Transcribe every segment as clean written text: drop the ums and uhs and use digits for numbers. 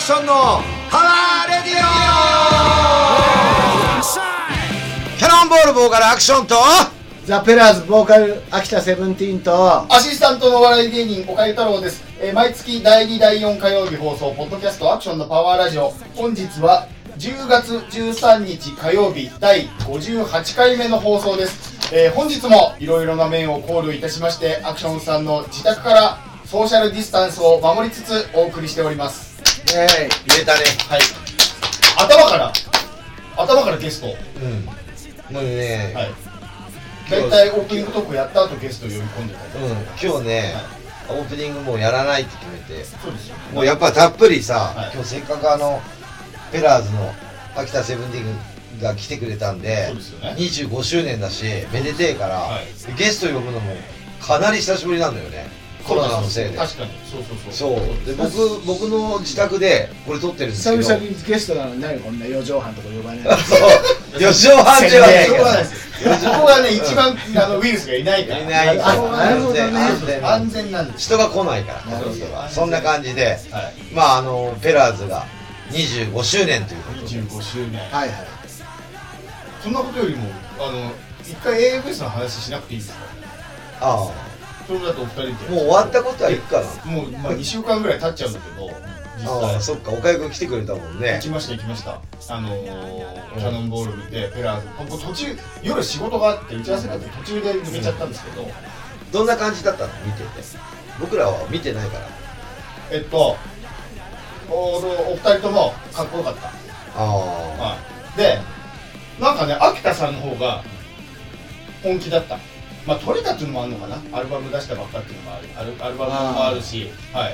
ションのパワーレディオ。キャノンボールボーカルアクションとザ・ペラーズボーカル秋田セブンティーンとアシスタントのお笑い芸人岡ゆ太郎です。毎月第2第4火曜日放送ポッドキャストアクションのパワーラジオ、本日は10月13日火曜日第58回目の放送です。本日もいろいろな面を考慮いたしましてアクションさんの自宅からソーシャルディスタンスを守りつつお送りしております。 入れたね。 はい、頭からゲスト、 もうね、 はい、大体オープニングトークやった後ゲスト呼び込んでたり、 今日ね、オープニングもうやらないって決めて、 そうですよ、 もうやっぱたっぷりさ、 はい今日せっかくペラーズの秋田セブンティーンが来てくれたんで、 そうですよね、 25周年だしめでてえから、 はいゲスト呼ぶのもかなり久しぶりなんだよね、コロナのせいで。 確かにそうで僕の自宅でこれ撮ってるんですけど、 久々にゲストなのに何こんな4畳半とか呼ばれないそう4畳半じゃねえけど、 しょうがないですよ。ここがね、一番ウイルスがいないから。 いないからなるほどね、 安全なんです。 人が来ないからなるほどそんな感じで、 はい。 まあペラーズが25周年ということで、 25周年。 はいはい。 そんなことよりも、一回 AFS の話しなくていいですか？ あそれだとお二人で。 あもう終わったことはいいかな。 もう、まあ、2週間ぐらい経っちゃうんだけど、実ああ際。 そっか、岡井君来てくれたもんね。 行きました。キャノンボール見て、ペラーズ。ここ途中、夜仕事があって、打ち合わせがあって途中で抜けちゃったんですけど、 どんな感じだったの見てて。僕らは見てないから。 お二人ともかっこよかった。 あはい、で、なんかね、秋田さんの方が本気だった。まあ、取れたっていうのもあるのかな、アルバム出したばっかっていうのもある、アルバムもあるし、はい、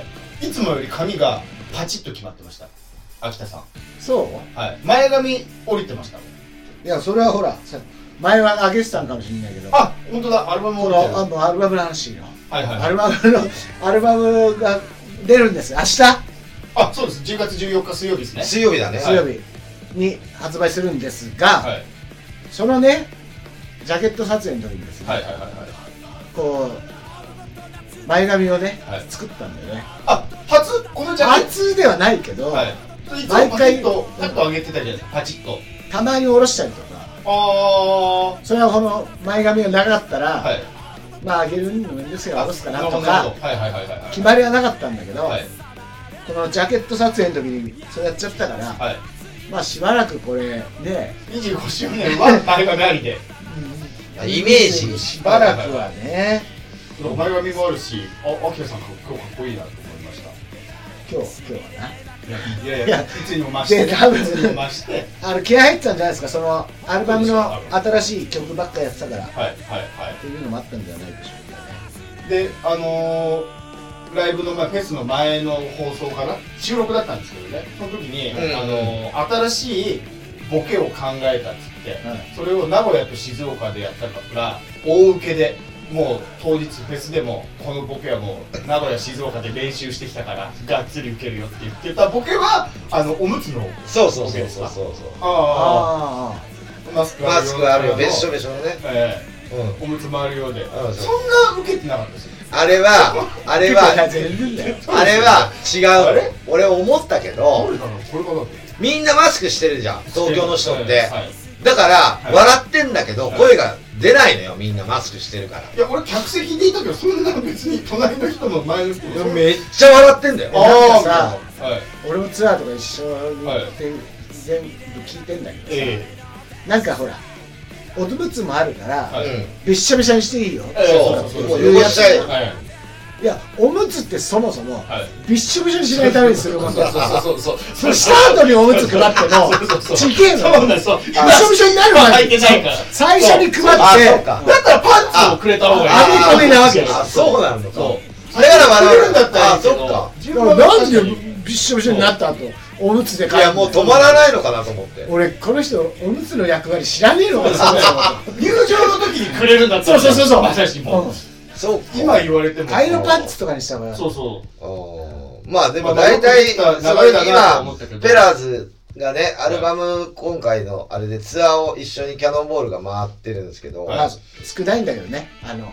いつもより髪がパチッと決まってました、秋田さん。 そうはい、前髪降りてました。 いや、それはほら前は上げてたんかもしれないけど、 あ、本当だ、アルバムこ降りてる。 のアルバムの話よ。 はいはい、 アルバムが出るんです。明日あ、そうです、10月14日水曜日ですね。 水曜日だね。 水曜日に発売するんですが、 はいそのねジャケット撮影の時にですね、 はいはいはいはい。 こう前髪をね、 はい作ったんだよね。 あ、このジャケッ初ではないけど、 ト、はい、いつもパチッとパッと上げてたじゃないですか、パチッと。 たまに下ろしたりとか、 あそれはこの前髪が長かったら、 あ、はい。 まあ上げるのもいいんですけど下ろすかなとなるかほどはいはいはいはいはい。 決まりはなかったんだけど、 はいこのジャケット撮影の時にそれやっちゃったから、 はい。 まあしばらくこれね、 25周年は前髪ありで、 イメージ。 しばらくはね、 前髪もあるし、秋田さん今日かっこいいなと思いました。 今日はな、 いやいつにも増して、 で多分いつにも増して、 気合入ってたんじゃないですか。そのアルバムの新しい曲ばっかやってたからっはいはいはていうのもあったんじゃないでしょうかね。 い。で、ライブのフェスの前の放送かな、収録だったんですけどね、その時に、新しいボケを考えたっつって、それを名古屋と静岡でやったから大受けで、もう当日フェスでもこのボケはもう名古屋静岡で練習してきたからがっつり受けるよって言ってたボケはおむつのそうそうボケですか。 そうそうそう。 あああ、マスクマスクあるよ、べっしょべべしょのね。 おむつもあるようで、そんな受けてなかったですよ。 あれは全然だよ。 あれは違うあれ俺思ったけど、 これかなこれかなって。 みんなマスクしてるじゃん、東京の人って。 はいだからはい笑ってんだけど声が出ないのよ、みんなマスクしてるから。 いや、俺客席でいたけど、そんな別に隣の人の前の人もめっちゃ笑ってんだよ。 なんかさ、 はい俺もツアーとか一緒に行って全部聞いてんだけどさ、 えなんかほらおむつもあるから、 はいべっしゃべしゃにしていいよ、 そうこういうやつ。 そうはいいや、おむつってそもそもはいびっしょびしょにしないためにするもんだ。 そうそした後におむつ配ってもちげえの。 そうだそうびっしょびしょになる前履いてないから最初に配あ、 ってそうか。 だったらパンツをくれた方がいい。 あみこみなわけよ。 あ、そうなんだ。 そうだから笑うくれるんだったらいいけど、 あ、そっか。 自だからなんでびっしょびしょになった後おむつで帰る。 いや、もう止まらないのかなと思って。 俺この人おむつの役割知らねえのかなそんな入場の時にくれるんだったら、 そうまさしものそうか。 今言われてもアイロパンツとかにしたから。 そうそうまあでも大体、 まあその流れだなと思ったけど今、ペラーズがね、アルバム、今回のあれでツアーを一緒にキャノンボールが回ってるんですけど、 はいまあ少ないんだけどね、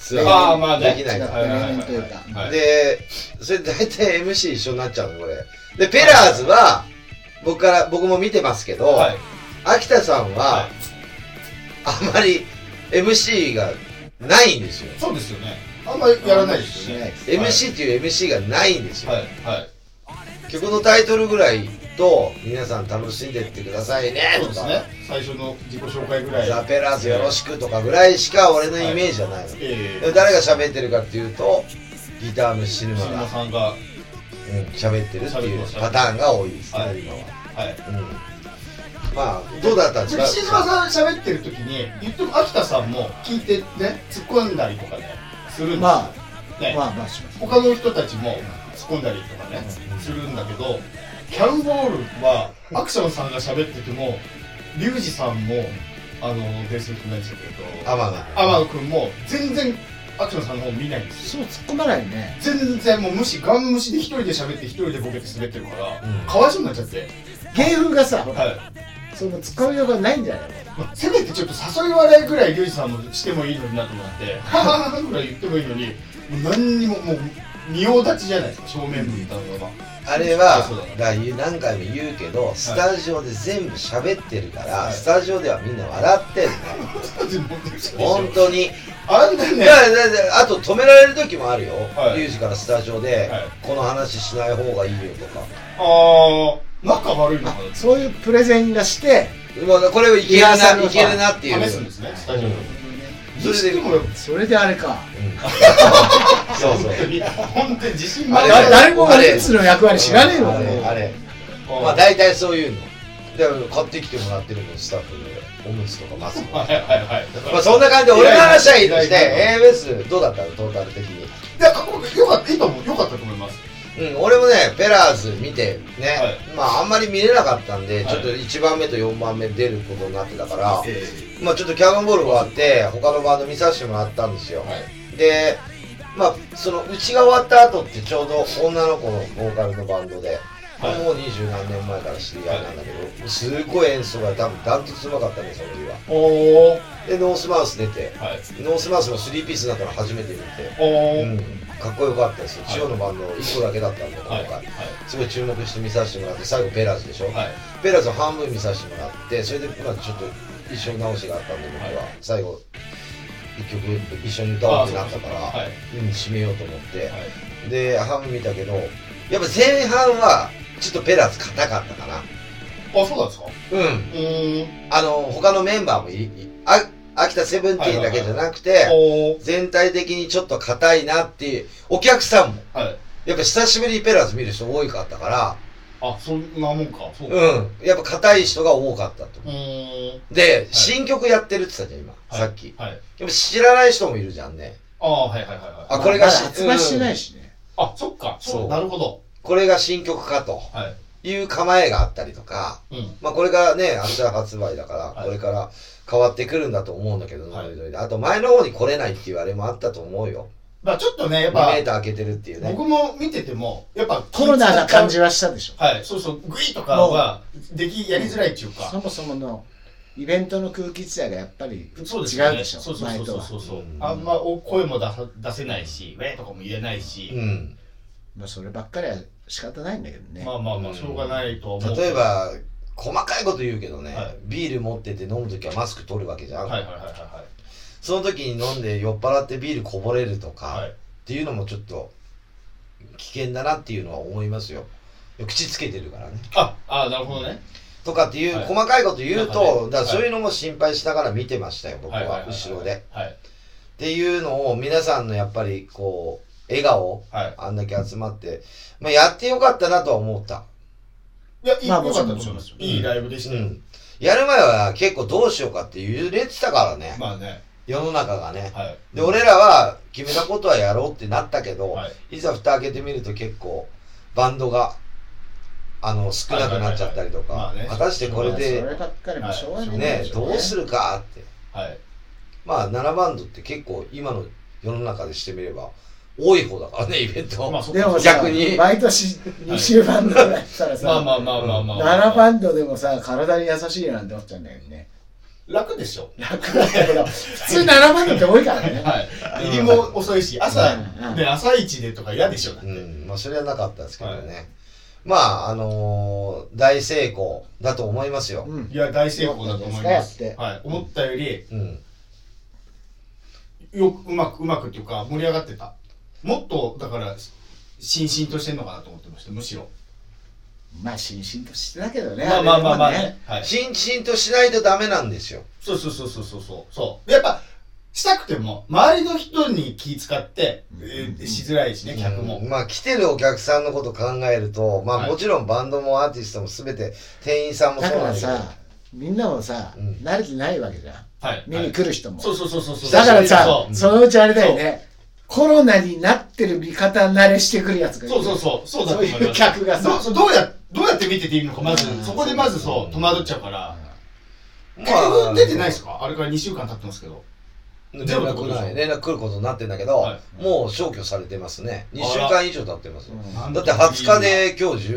ツアあーまあねーできないかはいはいはい例年というかはいら。で、それ大体 MC 一緒になっちゃうの、これ。で、ペラーズは、僕も見てますけど、 はい秋田さんは、 はいあんまり MC がないんですよ。 そうですよね。あんまりやらないですよね。 しないです MC っていう MC がないんですよ。 はいはい。 曲のタイトルぐらいと、皆さん楽しんでってくださいねとか、 そうですね。最初の自己紹介ぐらい。 ザ・ペラーズよろしくとかぐらいしか俺のイメージじゃないの。で誰が喋ってるかっていうと、ギターのシヌマ島がさんが、 喋ってるっていう喋ってますパターンが多いですね、 はい今は。 はい。 まあ、どうだったんですか？ 西島さん喋ってる時に、言っても秋田さんも聞いてね、突っ込んだりとかね、するんですよ。 まねまあします他の人たちも突っ込んだりとかね、するんだけど、キャンボールはアクションさんが喋ってても、リュウジさんも、伝説ないでしたけど、 天野くんも全然アクションさんの方見ないんですよ。 そう突っ込まないね。 全然もうガン無視で一人で喋って一人でボケて滑ってるから、 うんかわいそうになっちゃって。 芸風がさ、 はい。 その突っ込みようがないんじゃないの。 せめてちょっと誘い笑いぐらいリュウジさんもしてもいいのになと思って「はははは」ぐらい言ってもいいのにもう何にももう仁王立ちじゃないですか正面向いたのが。 あれはそうだね何回も言うけど、スタジオで全部喋ってるから、 はいスタジオではみんな笑ってるの。本当に。 あんなねいやあと止められる時もあるよ、 はいリュウジからスタジオで、 はいこの話しない方がいいよとか。 仲悪いのかなそういうプレゼンがして、 まあこれはいけるないけるなっていう。 試すんですねスタジオで。 それでもそれであれか。 そうそう。 本当に自信あれ誰もがリツの役割知らねえのかね。 あれまあ大体そういうので買ってきてもらってるのスタッフでおむつとかマスクはいはいはい。 まあそんな感じで俺の話はいいとしてい AMS どうだったのトータル的に。 いやかっこよかったいいと思うよかったと思います。 俺もねペラーズ見てね、 はいまああんまり見れなかったんで、 はいちょっと1番目と4番目出ることになってたから、まあちょっとキャノンボールがあって他のバンド見させてもらったんですよ、でまあそのうちが終わった後ってちょうど女の子のボーカルのバンドで、 はいもう20何年前から知り合いなんだけど、すごい演奏が多分ダントツうまかったねその日は。 おーでノースマウス出て、 はいノースマウスの3ピースだったの初めて見て、 おーかっこよかったですよ。 はい地方のバンド1個だけだったんで今回、 はいすごい注目して見させてもらって、最後ペラーズでしょ、 はいペラーズを半分見させてもらって、それでまあちょっと一緒直しがあったんで僕は、 はい最後1曲一緒に歌おうってなったから、 はい締めようと思って、 はいで半分見たけど、やっぱ前半はちょっとペラーズ硬かったかな。 あそうなんですか。 他のメンバーも秋田セブンティーンだけじゃなくて、 おー全体的にちょっと硬いなっていうお客さんもはい。 やっぱ久しぶりにペラーズ見る人多かったから、 そんなもんか。そうか。 やっぱ硬い人が多かったと。で、 い新曲やってるって言ったじゃん今、 はいさっき。 はい。 でも知らない人もいるじゃんね。 はいはいはいはい。 あこれがまだ発売してないしね。 そっか。 そうなるほど。 これが新曲かとはい。 いう構えがあったりとか、まあこれがね明日発売だから、 はいこれから変わってくるんだと思うんだけど、 はいノリノリであと前の方に来れないっていうあれもあったと思うよ。 まあちょっとね、やっ 2 ぱメーター開けてるっていうね。 僕も見てても、やっぱコロナな感じはしたでしょ。 はい、そうそう、グイとかはやりづらいっていうか。 そもそものイベントの空気自体がやっぱり違うでそうですよね。 しょ。 そうそう前とは。 そうそうそう。 うんあんま声も出せないし、ウェーとかも言えないし。 まあそればっかりは仕方ないんだけどね。 まあまあまあ、しょうがないとは思う。 例えば細かいこと言うけどね、 はいビール持ってて飲むときはマスク取るわけじゃん、 はいはいはいはその時に飲んで酔っ払ってビールこぼれるとか、 いはい。 っていうのもちょっと危険だなっていうのは思いますよ。口つけてるからねなるほどね。 とかっていう、 はい細かいこと言うと、 なんかねだからそういうのも心配しながら見てましたよ僕はいはいは後ろで。 はい。 っていうのを皆さんのやっぱりこう笑顔、 はい。 あんだけ集まって、まあ、やってよかったなとは思った。 いや、 まあよかったと思いますよ。いいライブでしたよ。 やる前は結構どうしようかって揺れてたからね、 まあね。 世の中がね。 はい。 で俺らは決めたことはやろうってなったけど、 はいいざ蓋開けてみると結構バンドが少なくなっちゃったりとか、 はいはいはいはいまあね果たしてこれそでればっかりもしょうがないんねでしょどうするかって、 はい。 まあ7バンドって結構今の世の中でしてみれば多い方だからねイベント、 まあ、そうでもさ逆に毎年20バンドやったらさ、 まあまあまあまあまあ。 7バンドでもさ体に優しいなんて思っちゃうんだよね。 楽でしょ。 楽だけど普通7万って多いからね。 はい。入りも遅いし、朝ね、朝一でとか嫌でしょ。だって。 まあそれはなかったですけどね。まあ大成功だと思いますよ。 いや大成功だと思います。はい。思ったよりうまくっていうか盛り上がってた。もっとだからしんしんとしてんのかなと思ってました。むしろ。 まあしんしんとしてたけどね。 まあね。 しんしんとしないとダメなんですよ。 そう。やっぱしたくても周りの人に気使ってしづらいしね、客も。 まあ来てるお客さんのこと考えると、まあもちろんバンドもアーティストも全て店員さんもそうなんだけど。 だからさ、みんなもさ慣れてないわけじゃん。見に来る人も。 そう。 だからさ、そのうちあれだよね。コロナになってる見方慣れしてくるやつがいる。 そうだと思います。 そういう客がさ、 どうやって見てていいのか、まずそこでまず戸惑っちゃうから。客出てないですか？あれから2週間経ってますけど。 連絡来ることになってんだけど、もう消去されてますね。2週間以上経ってます。だって20日で今日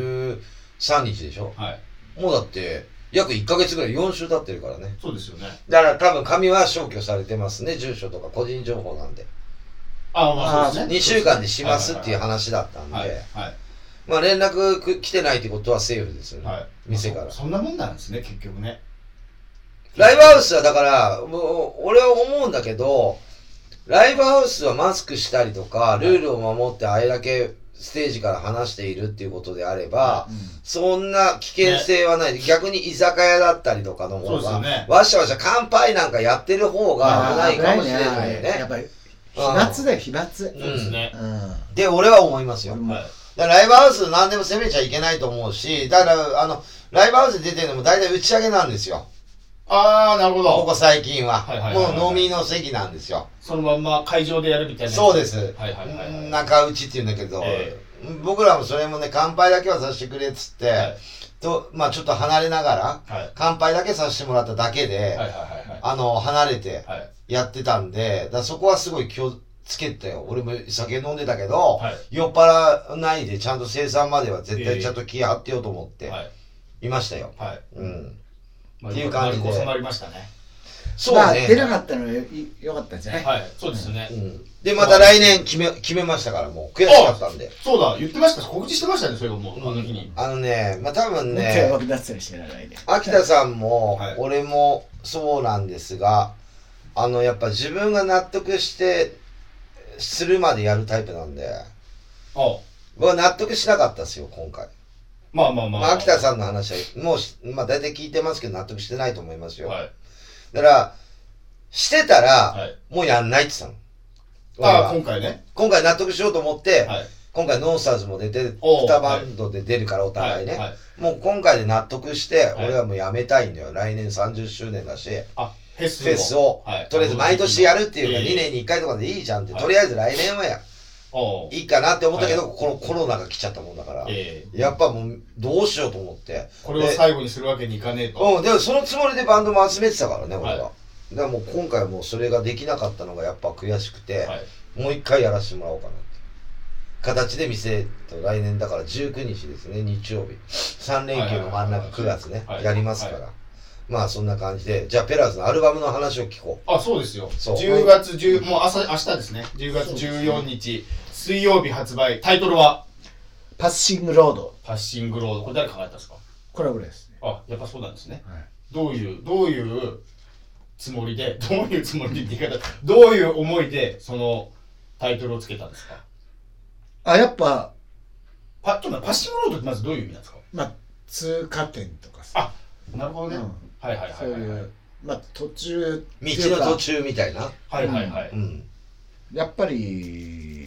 13日でしょ。もうだって約1ヶ月ぐらい4週経ってるからね。 そうですよね。 だから多分紙は消去されてますね。住所とか個人情報なんで。 まあそうですね。 2週間でしますっていう話だったんで、まあ連絡来てないってことはセーフですよね。店から。 そんなもんなんですね、結局ね。 ライブハウスはだから、もう俺は思うんだけど、ライブハウスはマスクしたりとか、ルールを守ってあれだけステージから離しているっていうことであれば、そんな危険性はない。逆に居酒屋だったりとかの方が、わしゃわしゃ乾杯なんかやってる方が危ないかもしれないよね。 やっぱり飛沫だよ、飛沫。そうですね。 で、俺は思いますよ。だからライブハウス何でも責めちゃいけないと思うし、だからライブハウスで出てるのも大体打ち上げなんですよ。 なるほど。 ここ最近は。もう飲みの席なんですよ。 そのまんま会場でやるみたいな。 そうです。中打ちって言うんだけど、僕らもそれもね、乾杯だけはさせてくれっつって、まあちょっと離れながら、乾杯だけさせてもらっただけで、離れてやってたんで、そこはすごい気をつけてよ。俺も酒飲んでたけど、酔っ払わないでちゃんと生産までは絶対ちゃんと気張ってようと思っていましたよ。っていう感じで。 収まりましたね。 そうね。出なかったのよかったんじゃない？ そうですね。 で、また来年決めましたから、もう悔しかったんで。 そうだ、言ってました。告知してましたね、それがもう、あの日に。 まあ多分ね、秋田さんも、俺もそうなんですが、やっぱ自分が納得するまでやるタイプなんで、僕は納得しなかったですよ、今回。まあ秋田さんの話は、もう、まあ大体聞いてますけど納得してないと思いますよ。だから、してたら、もうやんないって言ったの。 今回ね。 今回納得しようと思って、今回ノースターズも出て、2バンドで出るからお互いね。もう今回で納得して、俺はもうやめたいんだよ。来年30周年だし。 フェスを、とりあえず毎年やるっていうか2年に1回とかでいいじゃんって、とりあえず来年はいいかなって思ったけど、このコロナが来ちゃったもんだから、やっぱもうどうしようと思って。 これを最後にするわけにいかねえと。 でもそのつもりでバンドも集めてたからね、俺は。だからもう今回もそれができなかったのがやっぱ悔しくて、もう一回やらせてもらおうかなって形で店と来年だから19日ですね、日曜日。3連休の真ん中9月ね、やりますから。まあそんな感じで、じゃあペラーズのアルバムの話を聞こう。 そうですよ。10月10、もう明日ですね。10月14日、水曜日発売。タイトルはパッシングロード。 パッシングロード。これ誰考えたんですか？ コラボですね。 やっぱそうなんですね。どういうつもりで、どういうつもりでって言い方、どういう思いでそのタイトルをつけたんですか？ やっぱパッシングロードってまずどういう意味なんですか？ まあ通過点とかさ。 なるほどね。 そういうまあ途中道の途中みたいな。 やっぱり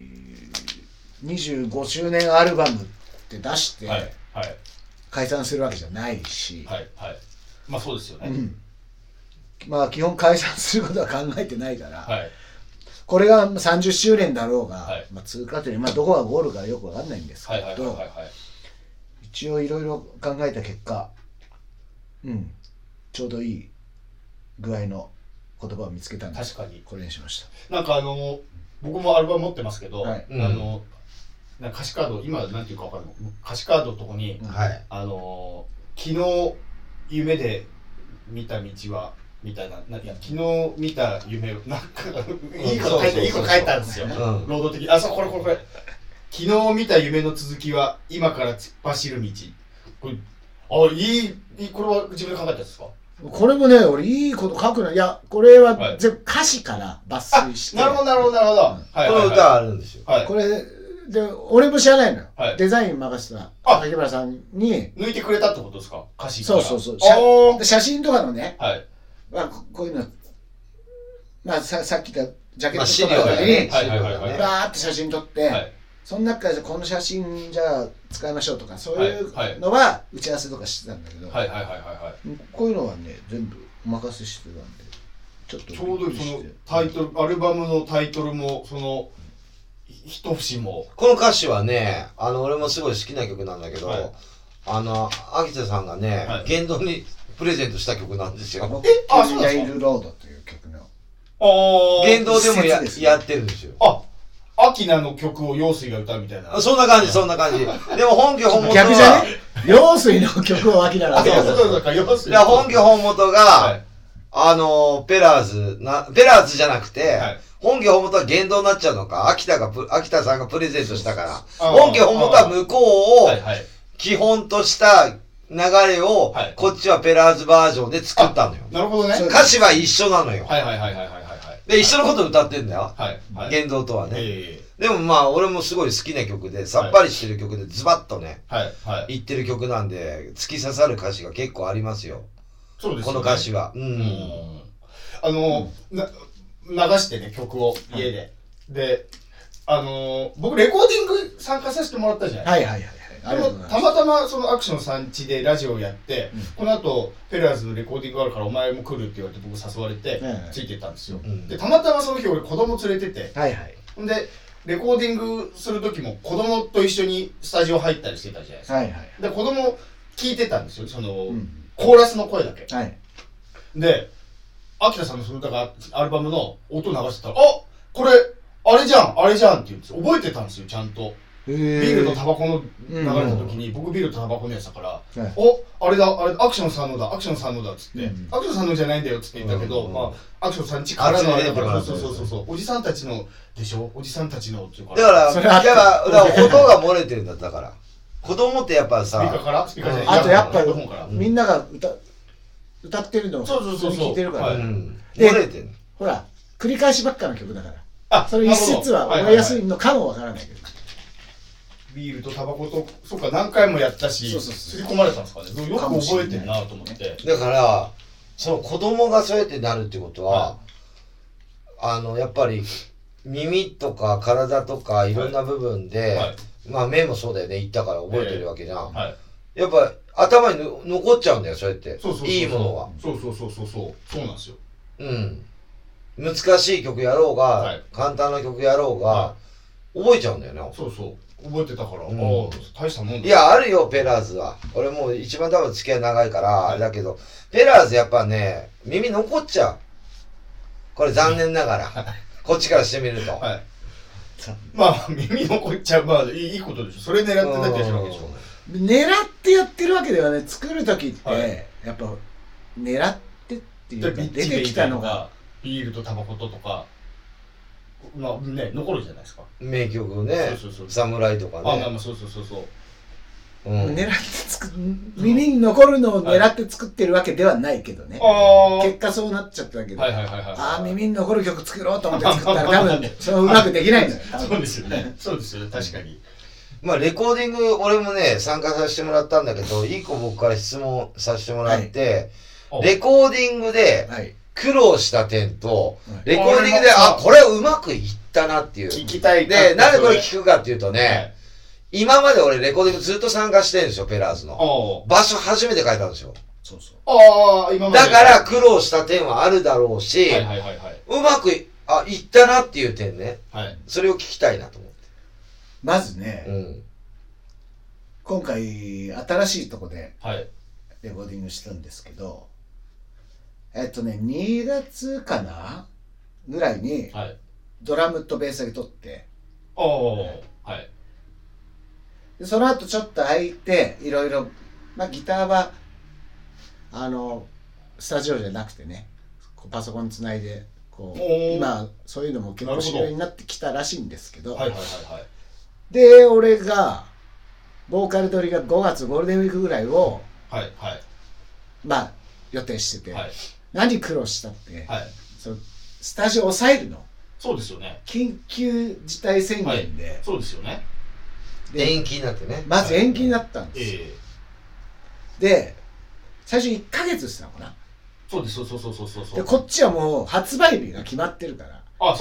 25周年アルバムって出して解散するわけじゃないし、 まあそうですよね。 まあ基本解散することは考えてないから、これが30周年だろうが、まあ通過点、まあどこがゴールかよくわかんないんですけど、一応いろいろ考えた結果、ちょうどいい具合の言葉を見つけたんで、 確かにこれにしました。 なんか僕もアルバム持ってますけど、歌詞カード、今なんていうか分かるの、歌詞カードのとこに、昨日夢で見た道はみたいな、いや昨日見た夢をなんかいいこと書いたんですよ。労働的。あ、そう、これ。昨日見た夢の続きは今から突っ走る道。これ、これは自分で考えたんですか？ これもね、俺いいこと書くの。いや、これは全部歌詞から抜粋して。 なるほど。 この歌あるんですよ。 これで、俺も知らないのよ。デザイン任せた萩原さんに抜いてくれたってことですか？歌詞から。 そう。写真とかのね、こういうの、まあさっき言ったジャケットとかの時にバーって写真撮って、その中でこの写真じゃあ使いましょうとか、そういうのは打ち合わせとかしてたんだけど、こういうのはね全部お任せしてたんで、ちょうどそのタイトル、アルバムのタイトルもその一節も、 この歌詞はね、俺もすごい好きな曲なんだけど、秋田さんがね、言動にプレゼントした曲なんですよ。 そうですか。ヤイルロードという曲の言動でもやってるんですよ。 アキナの曲を陽水が歌うみたいな。 そんな感じ。でも本家本元は逆じゃね？陽水の曲をアキナが歌う。 本家本元がペラーズじゃなくて、本家本元は言動になっちゃうのか、秋田さんがプレゼントしたから、本家本元は向こうを基本とした流れを、こっちはペラーズバージョンで作ったのよ。 なるほどね。 歌詞は一緒なのよ。で、一緒のこと歌ってんだよ。言動とはね。でもまあ、俺もすごい好きな曲で、さっぱりしてる曲でズバッとね、言ってる曲なんで、突き刺さる歌詞が結構ありますよ。 そうですよね。 この歌詞は。 流してね、曲を家で。で、僕レコーディング参加させてもらったじゃないですか。たまたまそのアクションさん家でラジオをやって、この後ペラーズのレコーディングがあるからお前も来るって言われて僕誘われてついてったんですよ。でたまたまその日俺子供連れてて、でレコーディングする時も子供と一緒にスタジオ入ったりしてたじゃないですか。で子供聞いてたんですよ、そのコーラスの声だけ。で秋田さんのそのだからアルバムの音流してたら、これあれじゃんって言うんですよ。覚えてたんですよ、ちゃんと。ビールとタバコの流れた時に、僕ビールとタバコのやつだから、あれアクションさんのだっつって、アクションさんのじゃないんだよっつって言ったけど、まあアクションさんちからのあれだから、そうおじさんたちのでしょ、おじさんたちのっていうから、 だから音が漏れてるんだ。だから子供ってやっぱさ、 スピーカーじゃあとやっぱみんなが歌ってるのを聞いてるから、 漏れてる。 ほら繰り返しばっかの曲だから、それ一節は覚えやすいのかもわからないけど、 ビールとタバコと、そっか何回もやったし、刷り込まれたんですかね。よく覚えてるなと思って。 だからその子供がそうやってなるってことは、やっぱり耳とか体とかいろんな部分で、まあ目もそうだよね、言ったから覚えてるわけじゃん。やっぱ頭に残っちゃうんだよ、そうやっていいものは。 そうなんですよ。 難しい曲やろうが、簡単な曲やろうが覚えちゃうんだよね。 覚えてたから、大したもんだ。 いや、あるよ、ペラーズは。俺もう一番多分付き合い長いから、あれだけど、ペラーズやっぱね、耳残っちゃう。これ残念ながら。こっちからしてみると。 まあ、耳残っちゃう。まあ、いいことでしょ。それ狙ってなきゃしないわけでしょ。 狙ってやってるわけではね、作るときって、やっぱ、狙ってっていうか、出てきたのが。 ビールとタバコとか、まあね、残るじゃないですか。 名曲ね。侍とかね。 そう。 狙って耳に残るのを狙って作ってるわけではないけどね。結果そうなっちゃったわけで。耳に残る曲作ろうと思って作ったら多分、うまくできないんだよ。 そうですよね、確かに。 まあレコーディング、俺もね、参加させてもらったんだけど、一個僕から質問させてもらって、レコーディングで、苦労した点と、レコーディングで、これうまくいったなっていう。 聞きたい。 で、なんでこれ聞くかっていうとね、今まで俺レコーディングずっと参加してるんですよ、ペラーズの。場所初めて変えたんですよ。 今まで。 だから苦労した点はあるだろうし、うまくいったなっていう点ね。それを聞きたいなと思って。 まずね、今回新しいとこでレコーディングしたんですけど、2月かなぐらいにドラムとベースだけ取って、でその後ちょっと空いていろいろ、まあギターはスタジオじゃなくてね、 こうパソコンつないでこう今そういうのも結構主流になってきたらしいんですけど、で俺がボーカル取りが5月ゴールデンウィークぐらいを、まあ予定してて、何苦労したって、そのスタジオ抑えるの。 そうですよね。 緊急事態宣言で、 そうですよね。 延期になってね。 まず延期になったんですよ。で最初1ヶ月したのかな。 そうです、そうでこっちはもう発売日が決まってるから、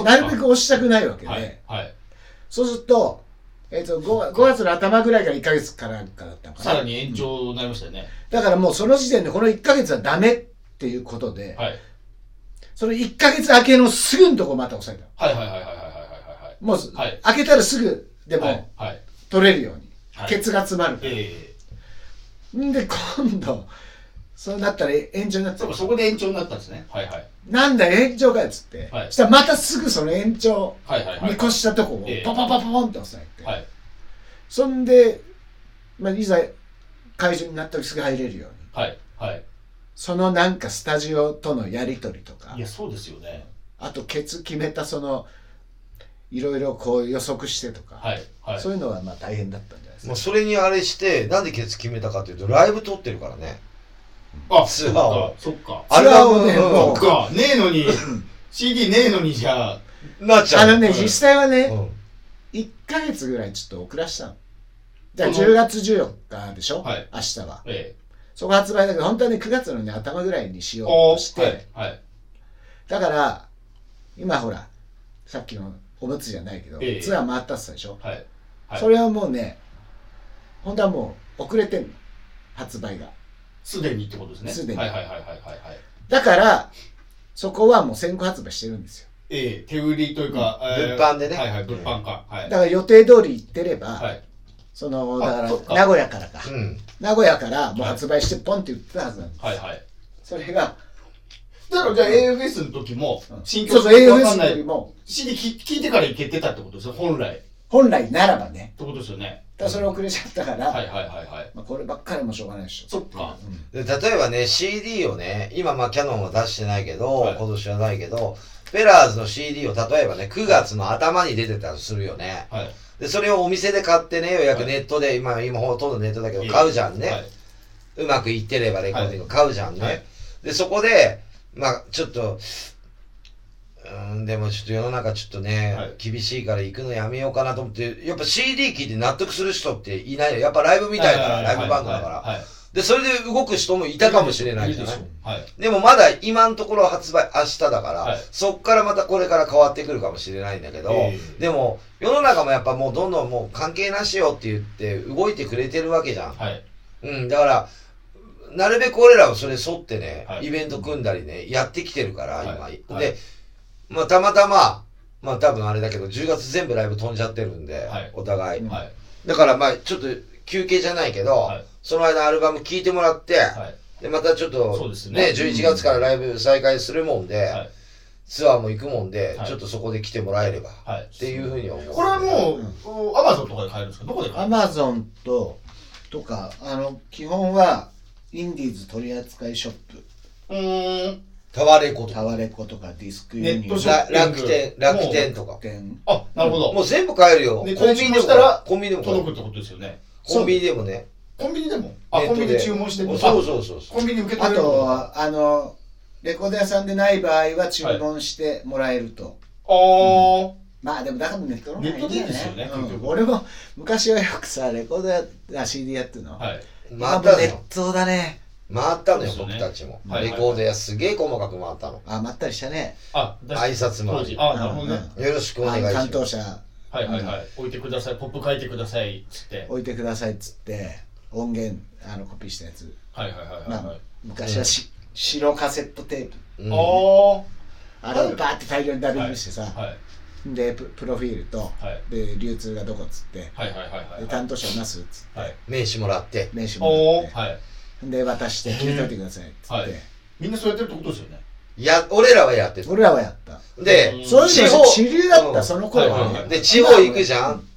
なるべく押したくないわけで、そうすると、5月の頭ぐらいから1ヶ月からだったのかな。 さらに延長になりましたよね。 だからもうその時点でこの1ヶ月はダメっていうことで、その1ヶ月明けのすぐのとこまた押さえた。もう開けたらすぐでも取れるように、ケツが詰まるから。で今度そうなったら延長になって、 そこで延長になったんですね。 なんだ延長かよっつって、そしたらまたすぐその延長見越したとこをパパパパポンって押さえて、そんで、まあ、いざ会場になったらすぐ入れるように、そのなんかスタジオとのやり取りとか、 いやそうですよね。 あとケツ決めたそのいろいろこう予測してとか、そういうのはまあ大変だったんじゃないですか。 もうそれにあれしてなんでケツ決めたかというとライブ撮ってるからね。ツアーを。 そっか。 ツアーをね、 そっか。ねえのに、CD ねえのにじゃあ。 なっちゃう。 実際はね、1ヶ月ぐらいちょっと遅らしたの。じゃあ10月14日でしょ、明日は。そこ発売だけど、本当はね、9月のね、頭ぐらいにしようとして、だから、今ほら、さっきのおむつじゃないけど、ツアー回ったってたでしょ、それはもうね、本当はもう遅れてんの、発売が。 すでにってことですね。 すでに。だから、そこはもう先行発売してるんですよ。 手売りというか、 物販でね。 物販か。 だから予定通り行ってれば、その、だから名古屋からか。名古屋からもう発売してポンって売ってたはずなんです。それが、 だからじゃあ AFS の時も、 新曲そうそう、AFS の時も、 CD 聞いてから行けてたってことですよ、本来。 本来ならばね。 ってことですよね。 だそれ遅れちゃったから、こればっかりもしょうがないでしょ。 そっか。 例えばね、CD をね、今まあキヤノンは出してないけど、今年はないけど、フェラーズの CD を例えばね、9月の頭に出てたりするよね。で、それをお店で買ってね、予約ネットで、今ほとんどネットだけど買うじゃんね。うまくいってればレコーディング買うじゃんね。で、そこで、まあちょっと、でもちょっと世の中ちょっとね、厳しいから行くのやめようかなと思って、やっぱ CD 聴いて納得する人っていないよ。やっぱライブみたいな、ライブバンドだから。で、それで動く人もいたかもしれないじゃない。でもまだ今のところ発売明日だから、そっからまたこれから変わってくるかもしれないんだけど、でも世の中もやっぱもうどんどんもう関係なしよって言って動いてくれてるわけじゃん。だから、なるべく俺らはそれ沿ってね、イベント組んだりね、やってきてるから、今。で、まあたまたま、まあ多分あれだけど、10月全部ライブ飛んじゃってるんで、お互い。だからまあちょっと休憩じゃないけど、その間アルバム聴いてもらって、でまたちょっとね、11月からライブ再開するもんで、ツアーも行くもんで、ちょっとそこで来てもらえればっていうふうに思う。 これはもう、Amazon とかで買えるんですか？どこで買えるんですか？ Amazon とか、基本は、インディーズ取扱いショップ。 タワレコとか。 タワレコとかディスクユニオン。 楽天とか。 あ、なるほど。 もう全部買えるよ。 コンビニでしたら、 コンビニでも届くってことですよね。 コンビニでもね。 コンビニでもコンビニで注文してもそう。 コンビニ受け取れる。 あと、レコード屋さんでない場合は注文してもらえると。まあでもだからネットの方がいいんだよね。 ネットでいいですよね。 俺も昔はよくさ、レコードや CD やってるの。 回ったネットだね。 回ったのよ、僕たちも。レコード屋すげえ細かく回ったの。 回ったりしたね。 挨拶回り。 なるほどね。 よろしくお願いします。 担当者。 置いてください、ポップ書いてくださいっつって。 置いてくださいっつって、音源コピーしたやつ。昔は白カセットテープ。あれをバーって大量にダビングしてさ。でプロフィールと、で流通がどこっつって、で担当者いますっつって、 名刺もらってで渡して聞いといてくださいっつって、 みんなそうやってるってことですよね。 俺らはやってた。 俺らはやった。 でそういうの主流だったその頃はね。 で地方行くじゃん。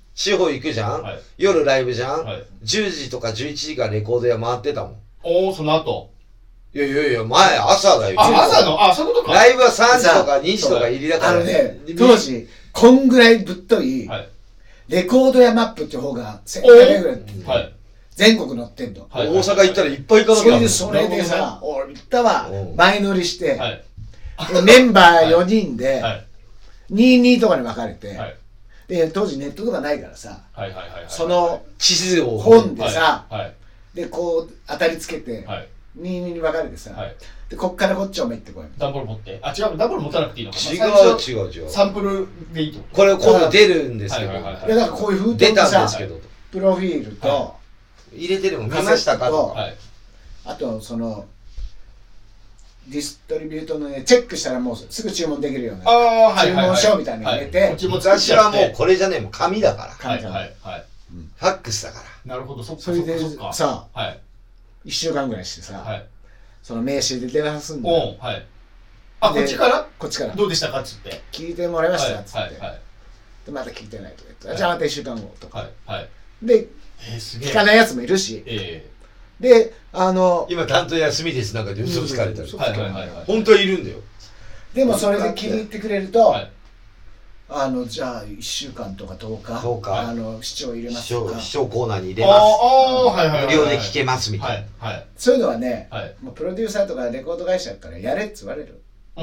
夜ライブじゃん。10時とか11時からレコード屋回ってたもん。 その後いや、前、朝だよ。 朝のそういうことか。 ライブは3時とか2時とか入りだからね。当時、こんぐらいぶっとい、レコードやマップっていう方が、1000回ぐらい。全国乗ってんの。 大阪行ったらいっぱい行かなきゃ。 それでさ、俺行ったわ、前乗りして、メンバー4人で、22とかに分かれて、で、当時ネットとかないからさ、その地図を本でさ、で、こう、当たりつけて、22に分かれてさ、で、こっからこっちをめってこい。 ダンボール持って。違う、ダンボール持たなくていいのか。 違う。 サンプルでいいと。 これ今度出るんですけど。 いや、だからこういう封筒にさ、プロフィールと、 入れてるもん見ましたかと。 あと、その、ディストリビュートのね、チェックしたらもうすぐ注文できるような注文書みたいなの入れて、 昔はもうこれじゃねえ、もう紙だから。 紙じゃない。 ファックスだから。なるほど、そっか。 それでさ、1週間ぐらいしてさ、その名刺で電話すんだよ。 こっちからこっちから。 どうでしたかっつって。 聞いてもらいましたっつって。で、まだ聞いてないとか言って、じゃあまた1週間後とか。で、聞かないやつもいるし。で、 今担当休みですなんかで嘘つかれたり。本当はいるんだよ。 でもそれで気に入ってくれると、じゃあ1週間とか10日、視聴入れますとか。 視聴コーナーに入れます。無料で聞けますみたいな。 そういうのはね、プロデューサーとかレコード会社からやれって言われる。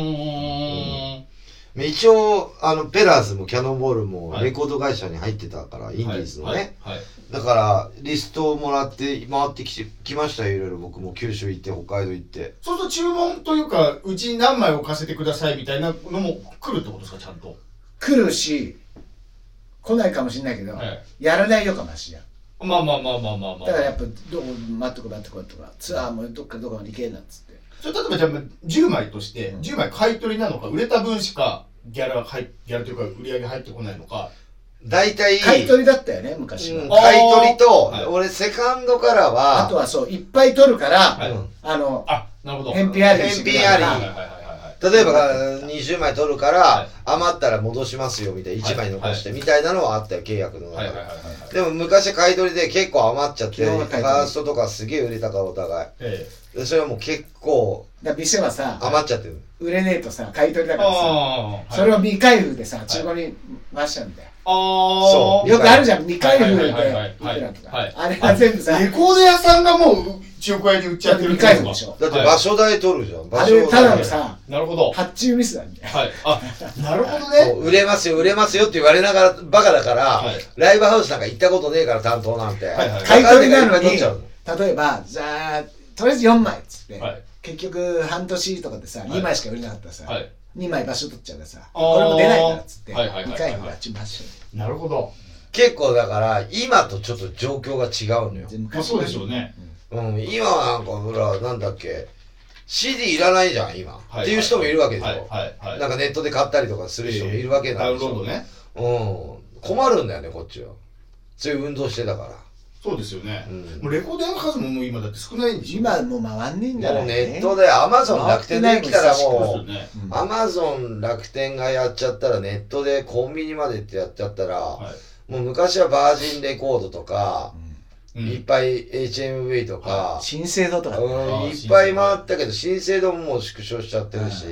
一応ペラーズもキャノンボールもレコード会社に入ってたからインディーズのね、だからリストをもらって回ってきましたよ。いろいろ僕も九州行って北海道行って。 そうすると注文というかうちに何枚置かせてくださいみたいなのも来るってことですか？ちゃんと来るし来ないかもしれないけど、やらないよかましや。 まあだからやっぱどこ待ってこいとかツアーもどっかまで行けんなっつって。 それ例えばじゃあ10枚として10枚買い取りなのか売れた分しかギャラというか売り上げ入ってこないのか。 大体買い取りだったよね昔は。 買い取りと俺セカンドからはあとはそういっぱい取るからなるほど返品あり例えば20枚取るから余ったら戻しますよみたいな1枚残してみたいなのはあったよ契約の中で。でも昔買い取りで結構余っちゃってファーストとかすげえ売れたからお互いそれはもう結構店はさ余っちゃってる。 売れねえとさ買い取りだからさそれを未開封でさ中古に回しちゃうんだよ。そうよくあるじゃん未開封でいくらとかあれは全部さレコード屋さんがもう中古屋に売っちゃってる未開封でしょ。 だって場所代取るじゃん。 あれただのさなるほど発注ミスなんだよ。 なるほどね。 売れますよって言われながらバカだからライブハウスなんか行ったことねえから担当なんて買い取りなのに例えばじゃあとりあえず4枚っつって結局半年とかでさ2枚しか売れなかったらさ2枚場所取っちゃうからさこれも出ないからっつって2回にやっちまっしゃう。なるほど。 結構だから今とちょっと状況が違うのよ。 そうでしょうね。 今はなんかほらなんだっけ CD いらないじゃん今っていう人もいるわけでしょ。なんかネットで買ったりとかする人もいるわけなんでしょ。困るんだよねこっちは。そういう運動してたから。 そうですよね。もうレコード屋の数ももう今だって少ないんでしょ。 今もう回んねえんだよね。 もうネットでアマゾン楽天で来たらもうアマゾン楽天がやっちゃったらネットでコンビニまでってやっちゃったらもう昔はバージンレコードとかいっぱい HMV とか新生堂とかいっぱい回ったけど新生堂ももう縮小しちゃってるし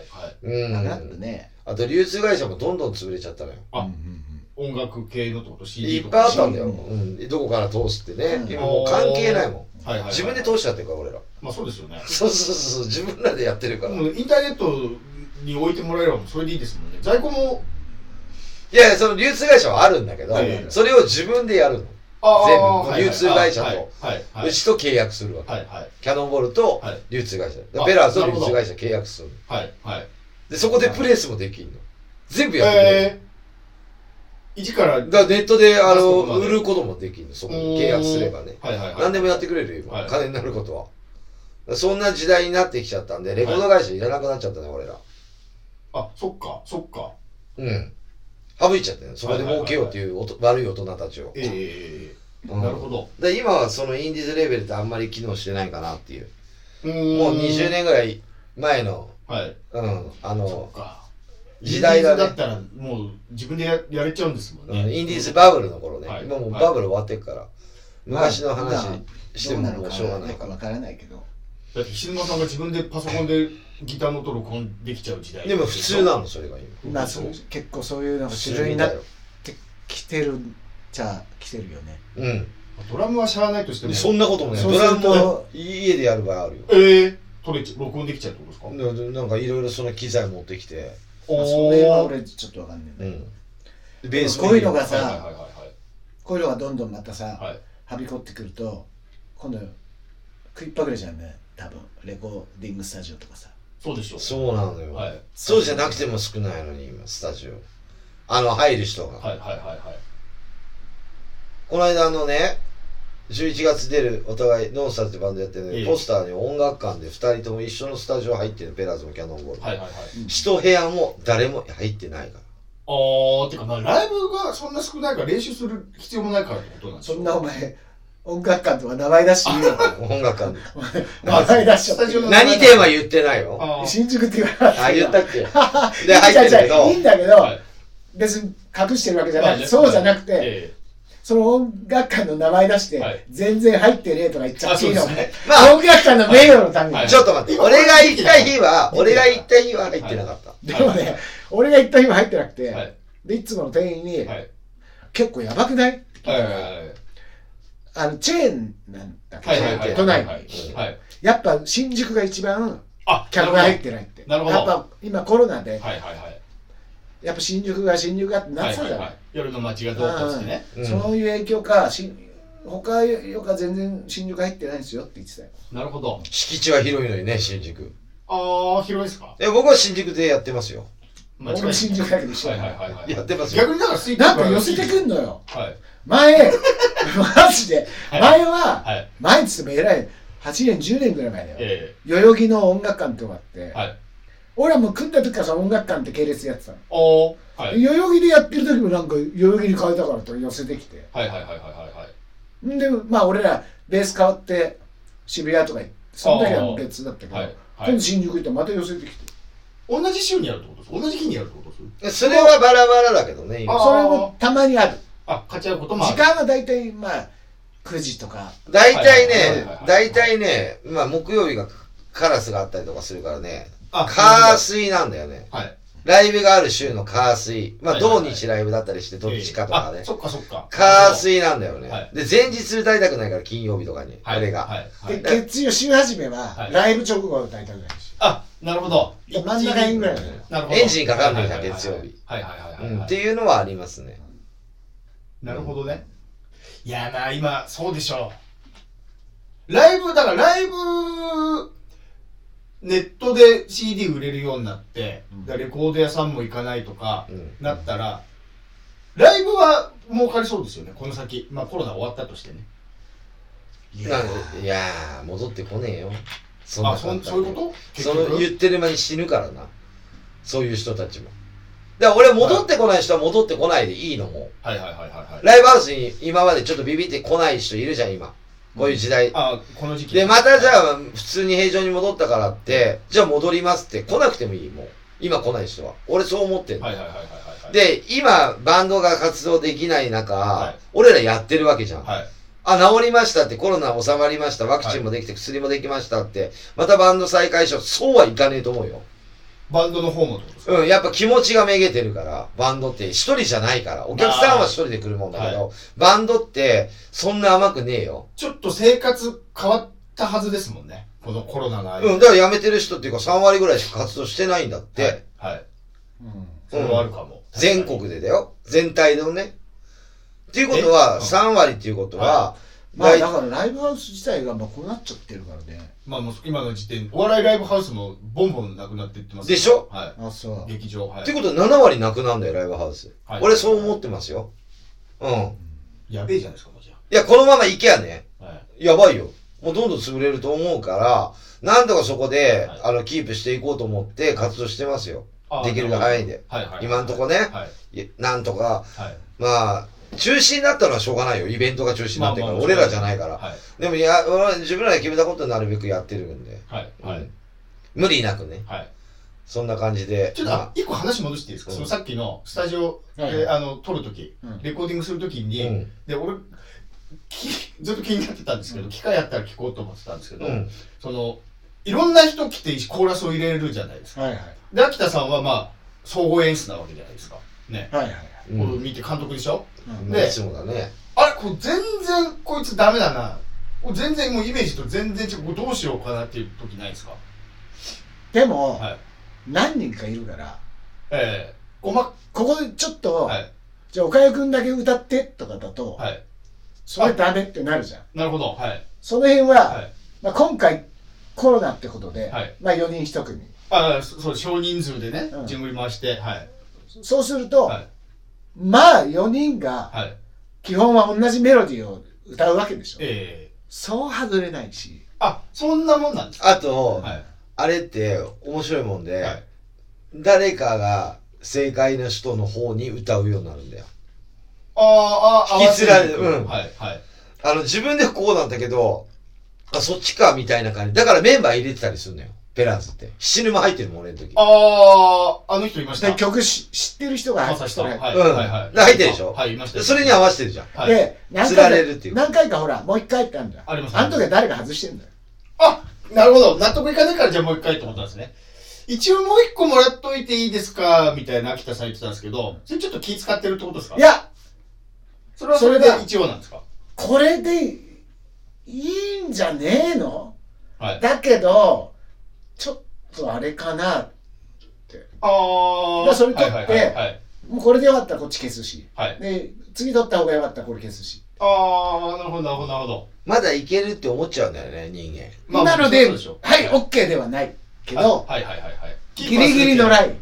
あと流通会社もどんどん潰れちゃったのよ。 音楽系のってこと CD とかいっぱいあったんだよ。どこから通すってね。今もう関係ないもん。自分で通しちゃってるから俺ら。 まあそうですよね。 そう自分らでやってるから。 インターネットに置いてもらえればそれでいいですもんね。在庫もいやその流通会社はあるんだけどそれを自分でやるの。全部流通会社とうちと契約するわけ。キャノンボールと流通会社ペラーズと流通会社契約するの。でそこでプレスもできるの。全部やってくれる。 一からネットで売ることもできるの。そこに契約すればね何でもやってくれるよ今金になることは。そんな時代になってきちゃったんでレコード会社いらなくなっちゃったね俺ら。 そっか省いちゃったよそこで儲けようっていう悪い大人たちを。 なるほど。 で今はそのインディーズレベルってあんまり機能してないかなっていう。もう20年ぐらい前の時代だね。 だったらもう自分でやれちゃうんですもんね。 インディーズバブルの頃ね。今もうバブル終わってるから昔の話してももうしょうがないから。 わからないけどだって菱沼さんが自分でパソコンでギターの音録音できちゃう時代でも普通なのそれが今。 結構そういうのが主流になってきてるじゃ来てるよね。 うん。 ドラムはしゃあないとしてもそんなこともね、ドラムも家でやる場合あるよ。 録音できちゃうってことですか？なんかいろいろその機材持ってきて。 それは俺ちょっとわかんないんだけど。ベースこういうのがさ、こういうのがどんどんまたさ、はびこってくると、今度食いっぱぐれじゃんね、多分レコーディングスタジオとかさ。 そうでしょう。 そうなのよ。そうじゃなくても少ないのに今スタジオ。入る人が。この間ね、11月出るお互いノンスターってバンドやってるね、ポスターに音楽館で2人とも一緒のスタジオ入ってる、ペラーズもキャノンボール。一部屋も誰も入ってないから。 てかライブがそんな少ないから練習する必要もないからってことなんですよ。 そんなお前音楽館とか名前出して言うの？音楽館名前出しちゃった。 何テーマ言ってないよ。 新宿って言わなかった。言ったっけ？で入ってるけどいいんだけど、別に隠してるわけじゃなくて、そうじゃなくて、その音楽館の名前出して全然入ってねえとか言っちゃっていいの？音楽館の名誉のために。 ちょっと待って、俺が行った日は入ってなかった。 でもね、俺が行った日は入ってなくて、でいつもの店員に結構やばくない？チェーンなんだけど、都内に。やっぱ新宿が一番客が入ってないって。やっぱ今コロナで、やっぱ新宿がってなってたじゃない。 夜の街がどうこうしてね。 そういう影響か、他よか全然新宿入ってないんですよって言ってたよ。 なるほど。 敷地は広いのにね、新宿。 広いですか？ 僕は新宿でやってますよ。 俺も新宿だけど一緒やってますよ。 逆にだからなんか寄せてくんのよ。前、マジで、前は、前っつっても偉い、8年、10年ぐらい前だよ。代々木の音楽館ってのがあって、俺はもう組んだ時からさ、音楽館って系列やってたの。代々木でやってる時もなんか、代々木に変えたからと寄せてきて。んで、まあ俺ら、ベース変わって、渋谷とか行って、その時は別だったけど、今度新宿行ってまた寄せてきて。 同じ週にやるってことですか？同じ日にやるってことですか？それはバラバラだけどね、 今。それもたまにある。 勝ち合うこともある。 時間は大体、まあ、9時とか。 大体ね、まあ木曜日がカラスがあったりとかするからね、火水なんだよね。ライブがある週の火水。まあ土日ライブだったりしてどっちかとかね。 そっかそっか。 火水なんだよね。で、前日歌いたくないから金曜日とかに、俺が。 で、月曜、週始めは、ライブ直後は歌いたくないし。 なるほど。 真ん中辺ぐらいだよ。 エンジンかかんないじゃん、月曜日。っていうのはありますね。 なるほどね。いやな、今、そうでしょう。ライブ、ネットで CD 売れるようになって、レコード屋さんも行かないとか、なったら、ライブは儲かりそうですよね、この先。まあコロナ終わったとしてね。 いやー、戻ってこねえよ。そういうこと言ってる間に死ぬからな。そういう人たちも。だから俺戻ってこない人は戻ってこないでいいのも。ライブハウスに今までちょっとビビってこない人いるじゃん、今。こういう時代。 この時期。 で、またじゃあ普通に平常に戻ったからって、じゃあ戻りますって来なくてもいい、もう。今来ない人は。俺そう思ってんの。で、今バンドが活動できない中、俺らやってるわけじゃん。治りましたって、コロナ収まりました、ワクチンもできて、薬もできましたって、またバンド再開しよう。そうはいかねえと思うよ。 バンドの方もってことですか？ やっぱ気持ちがめげてるから、バンドって一人じゃないから、お客さんは一人で来るもんだけど、バンドってそんな甘くねえよ。 ちょっと生活変わったはずですもんね、このコロナの間。 だから辞めてる人っていうか3割ぐらいしか活動してないんだって。 それはあるかも。 全国でだよ。全体でね。っていうことは、3割っていうことは、 まあだからライブハウス自体がこうなっちゃってるからね。 まあもう今の時点、お笑いライブハウスもボンボンなくなっていってますでしょ？ そう。 劇場。 ってことは7割なくなんだよ、ライブハウス。俺そう思ってますよ。 やべえじゃないですか、もうじゃあ。 いや、このまま行けやね。やばいよ。もうどんどん潰れると思うから、なんとかそこで、キープしていこうと思って活動してますよ。できる範囲で。今んとこね。なんとか、まあ、中止になったのはしょうがないよ。イベントが中止になってから。俺らじゃないから。でも自分らで決めたことになるべくやってるんで。無理なくね。そんな感じで。 ちょっと一個話戻していいですか？そのさっきのスタジオで撮るとき、レコーディングするときに、で、俺、ずっと気になってたんですけど、機械やったら聞こうと思ってたんですけど、その、 いろんな人来てコーラスを入れるじゃないですか。 はいはい。 で、秋田さんはまあ、総合演出なわけじゃないですか。ね。 はいはい。 これ見て監督でしょ、 で、いつもだね。 あれこれ全然こいつダメだな。全然もうイメージと全然違う。どうしようかなっていう時ないですか？ でも、何人かいるから、ここでちょっと、じゃあ岡谷くんだけ歌ってとかだと、それダメってなるじゃん。 なるほど。 その辺は、まあ今回コロナってことで、まあ4人1組。 そう、少人数でね、順繰り回して、 そうすると、まあ4人が、基本は同じメロディーを歌うわけでしょ。そう外れないし。 そんなもんなんですか？ あと、あれって面白いもんで、誰かが正解の人の方に歌うようになるんだよ。引きつられる。自分でこうなんだけど、そっちかみたいな感じ。だからメンバー入れてたりするのよ。ペラーズって。七沼入ってるもん、俺の時。 あの人いました。 曲知ってる人が入ってる。 入ってるでしょ？はい、いました。それに合わせてるじゃん。 で、 つられるっていう。 何回かほら、もう一回ってあるんだよ。 あります。 あの時は誰か外してんだよ。 なるほど。納得いかないからじゃあもう一回ってことなんですね。一応もう一個もらっといていいですかみたいな秋田さん言ってたんですけど、それちょっと気使ってるってことですか？ いや、 それはそれで一応なんですか？ これでいいんじゃねえの？だけど、ちょっとあれかなって。それ取って、もうこれでよかったらこっち消すし。で、次取った方がよかったらこれ消すし。 なるほど、なるほど、なるほど。 まだいけるって思っちゃうんだよね、人間。 なので、はい、OK ではないけど、ギリギリのライン。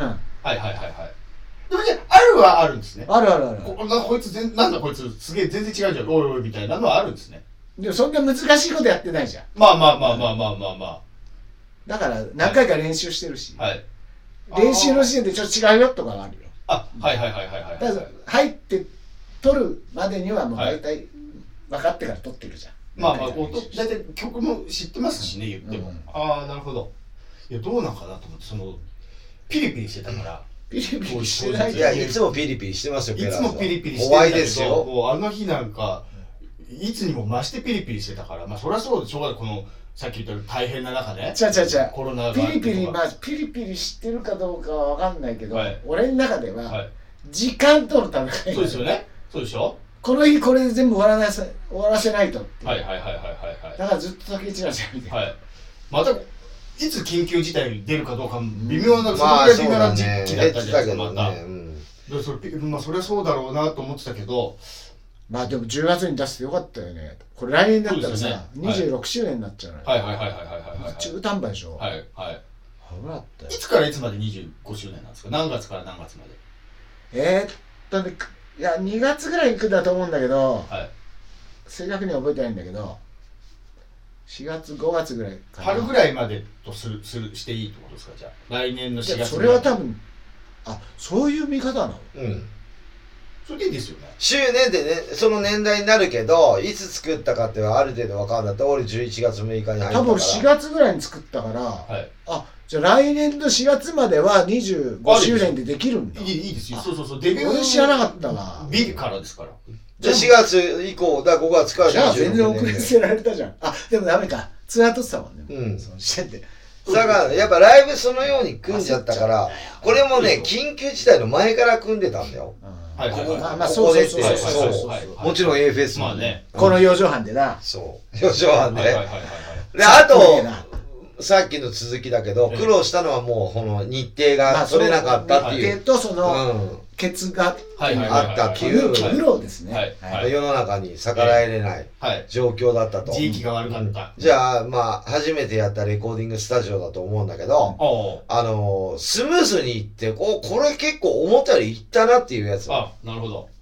でもじゃあ、あるはあるんですね。 あるあるある。 こいつ、なんだこいつ、すげえ全然違うじゃん、おいおいみたいなのはあるんですね。 でもそんな難しいことやってないじゃん。 まあ。 だから何回か練習してるし。練習の時点でちょっと違うよとかがあるよ。だから入って撮るまでにはもう大体分かってから撮ってるじゃん。 大体曲も知ってますしね、言っても。なるほど。いや、どうなんかなと思って、ピリピリしてたから。 ピリピリしてない。 いや、いつもピリピリしてますよ、 いつもピリピリして怖いですよ。 もうあの日なんか、いつにも増してピリピリしてたから、まあそりゃそうでしょうがない、この、さっき言った大変な中ね。コロナが。 ピリピリしてるかどうかは分かんないけど、俺の中では、時間との戦い。 そうですよね。そうでしょ？ この日これで全部終わらせないと。だからずっと竹内らしみたいな。 また、いつ緊急事態に出るかどうか微妙な、そのぐらい微妙な時期だったじゃないですか、また。そりゃそうだろうなと思ってたけど、 まあでも10月に出してよかったよね。これ来年だったらさ、26周年になっちゃうのよ。中途半端でしょ。いつからいつまで25周年なんですか？何月から何月まで？ いや、2月ぐらい行くんだと思うんだけど、正確には覚えてないんだけど、4月、5月ぐらいかな。 春ぐらいまでとしていいってことですか？じゃあ来年の4月。 それは多分、そういう見方なの？ それでいいですよね。 周年でね、その年代になるけど、いつ作ったかってはある程度分かるんだったら、俺11月6日に入ったから。 多分4月ぐらいに作ったから、じゃあ来年の4月までは25周年でできるんだ。 いいですよ。そう。デビュー。 俺知らなかったわ。 ビルからですから。 じゃあ4月以降、5月からじゃあ全然遅れせられたじゃん。でもダメか。ツアー撮ってたもんね。その時点で。 だからやっぱライブそのように組んじゃったから、これもね、緊急事態の前から組んでたんだよ。ここでって、もちろん A フェスもね。 この4畳半でな。 そう。4畳半で。で、あと、さっきの続きだけど、苦労したのはもう、この日程が取れなかったっていう。 日程とその、ケツがあったっていう苦労ですね。 世の中に逆らえれない状況だったと。 地域が悪かった。 じゃあ、まあ、初めてやったレコーディングスタジオだと思うんだけど、スムーズにいって、これ結構思ったよりいったなっていうやつ。 なるほど。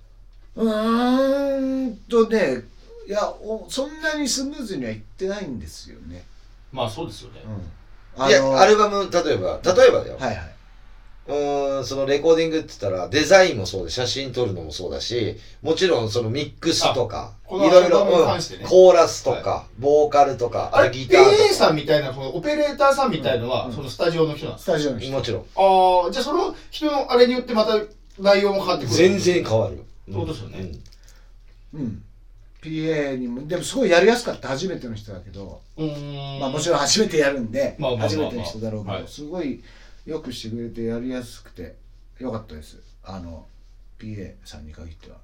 ね、いや、そんなにスムーズにはいってないんですよね。 まあそうですよね。 いや、アルバム、例えばだよ。 はいはい。 そのレコーディングって言ったらデザインもそうで写真撮るのもそうだし、もちろんそのミックスとかいろいろコーラスとかボーカルとかあれギターとか PA さんみたいなオペレーターさんみたいのはそのスタジオの人なんですか？ スタジオの人。 もちろん。 じゃあその人のあれによってまた内容も変わってくる。 全然変わる。 そうですよね。 PA にもでもすごいやりやすかった。初めての人だけど、まあもちろん初めてやるんで、初めての人だろうけど、すごいよくしてくれてやりやすくてよかったです。PA さんに限っては。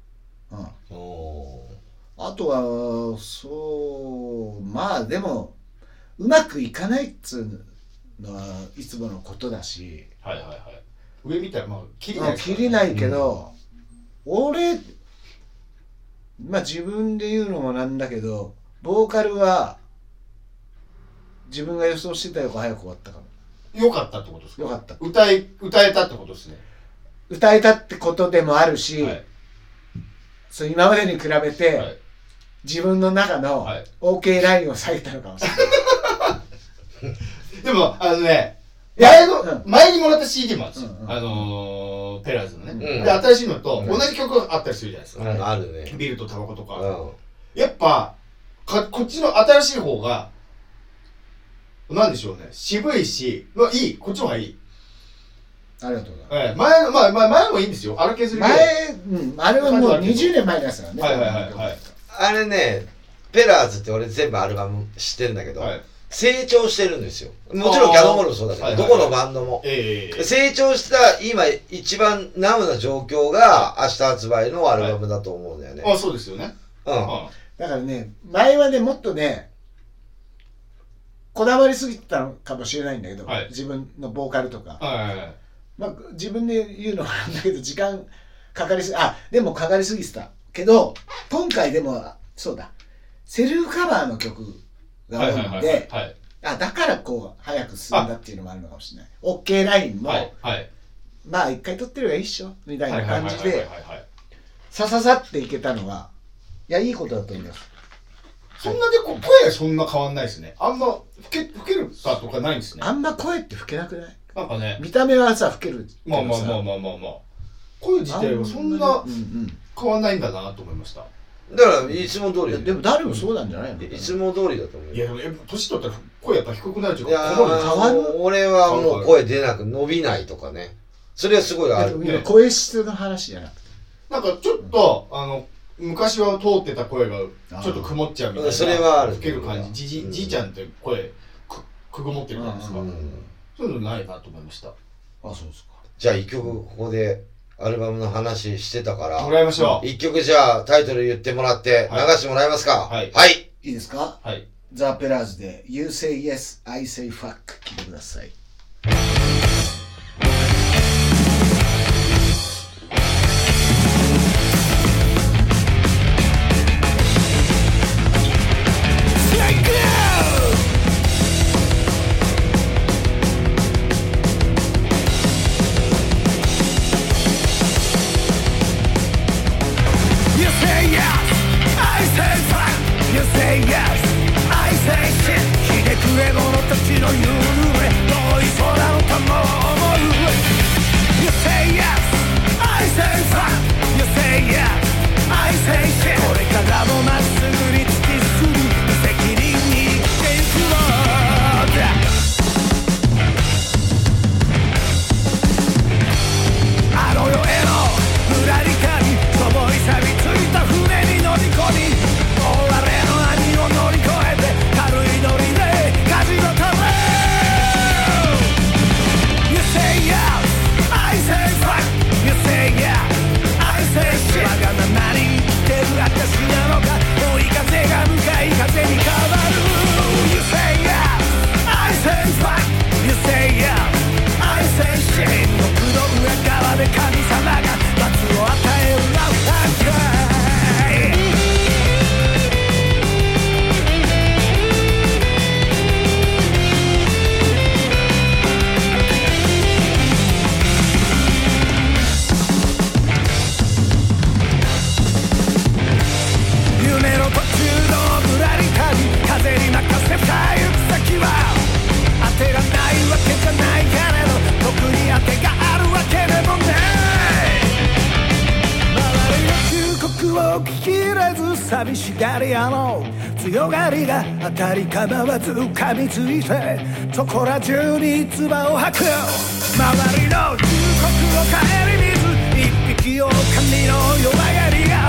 あとはそうまあでもうまくいかないっつうのはいつものことだし、 上見たらまあ切りないけど、俺まあ自分で言うのもなんだけど、ボーカルは自分が予想してたより早く終わったかも。 よかったってことですか？ よかった。 歌えたってことですね。 歌えたってことでもあるし、そう今までに比べて、自分の中の OK ラインを下げたのかもしれない。 でも前にもらった CD もあるんですよ。ペラーズのね。で新しいのと同じ曲があったりするじゃないですか。 あるね。 ビールとタバコとか。やっぱこっちの新しい方がなんでしょうね。渋いし、いい。こっちの方がいい。 ありがとうございます。 前もいいんですよ。あれ削りで。 あれはもう20年前のやつだね。 あれね、ペラーズって俺全部アルバム知ってるんだけど、成長してるんですよ。もちろんキャノンボールもそうだけど、どこのバンドも。成長した今一番ナウな状況が明日発売のアルバムだと思うんだよね。 そうですよね。 だからね、前はね、もっとね、こだわりすぎてたのかもしれないんだけど、自分のボーカルとか。まあ自分で言うのはなんだけど、時間かかりすぎ、でもかかりすぎてたけど、今回でも、そうだ、セルフカバーの曲が多いんで、だからこう早く進んだっていうのもあるのかもしれない。OK ラインも、まあ一回撮ってればいいっしょみたいな感じでさっていけたのは、いやいいことだと思います。 そんなで声そんな変わんないですね。あんま老けるかとかないんですね。 あんま声って老けなくない？ なんかね、 見た目はさ老ける。 まあ声自体はそんな変わんないんだなと思いました。 だからいつも通りでも誰もそうなんじゃないの？ いつも通りだと思う。 いやでも年取ったら声やっぱ低くなるっていうか、 俺はもう声出なく伸びないとかね。それはすごいある。 今声質の話じゃなくて、 なんかちょっと昔は通ってた声がちょっと曇っちゃうみたいな。 それはある。 老ける感じ。じいちゃんって声くぐもってるじゃないですか。そういうのないなと思いました。 そうですか。 じゃあ一曲ここでアルバムの話してたからもらいましょう。 一曲じゃあタイトル言ってもらって流してもらえますか？はい。 いいですか？ はい。 ザ・ペラーズで You Say Yes, I Say Fuck 聴いてください。 寂しがり屋の強がりが当たりかまわず噛みついてそこら中に唾を吐く周りの忠告を顧みず一匹狼の弱がりが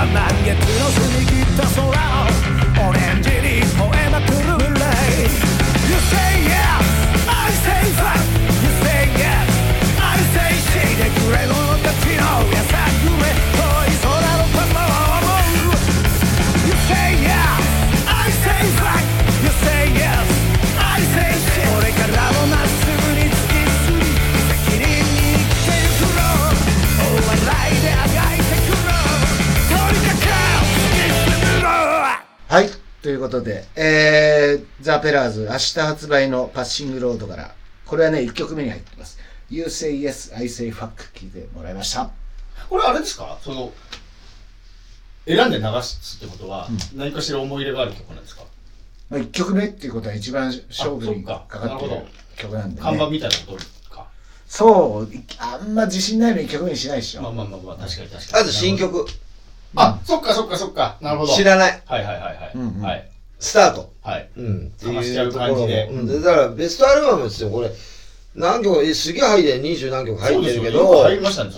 満月の澄み切った空をオレンジに燃えまくるレイ You say yes, I say fuck You say yes, I say shit でくれ者たちのやさぐれ遠い空の玉を思う You say yes, I say fuck You say yes, I say shit これからもまっすぐに突き進み責任に生きてゆくの大笑いであがいてくのとにかく突き進むのはい、ということで、ザ・ペラーズ明日発売のパッシングロードから、これはね1曲目に入ってます。You say yes, I say fuck 聞いてもらいました。 これあれですか、その選んで流すってことは、何かしら思い入れがある曲なんですか？ まあ、1曲目っていうことは一番勝負にかかってる曲なんでね。 看板みたいなことか。 そう、あんま自信ないのに1曲目にしないでしょ。 まあ確かに確かに。 あと新曲。 そっか。なるほど。 知らない。 はい。はい。 スタート。 はい。 かましちゃう感じで。 だからベストアルバムですよ、これ。何曲、すげえ入ってる、20何曲入ってるけど、これ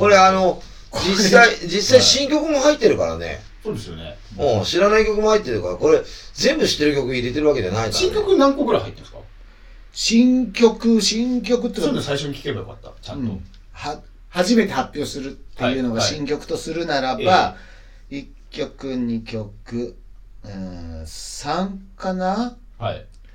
実際新曲も入ってるからね。 そうですよね。 知らない曲も入ってるから、これ全部知ってる曲入れてるわけじゃないから、ね。 新曲何個ぐらい入ってるんですか？ 新曲ってそういうの最初に聴けばよかった、ちゃんと。 初めて発表するっていうのが新曲とするならば、1曲、2曲、3かな？はい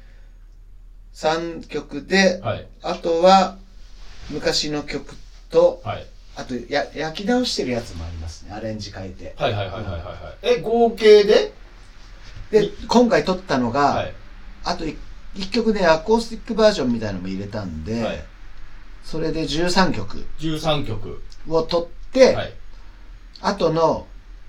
。3曲で、あとは昔の曲と、あと焼き直してるやつもありますね、アレンジ変えて。 合計で今回撮ったのが、あと1曲ね、アコースティックバージョンみたいなのも入れたんで、それで13曲を撮って、あとの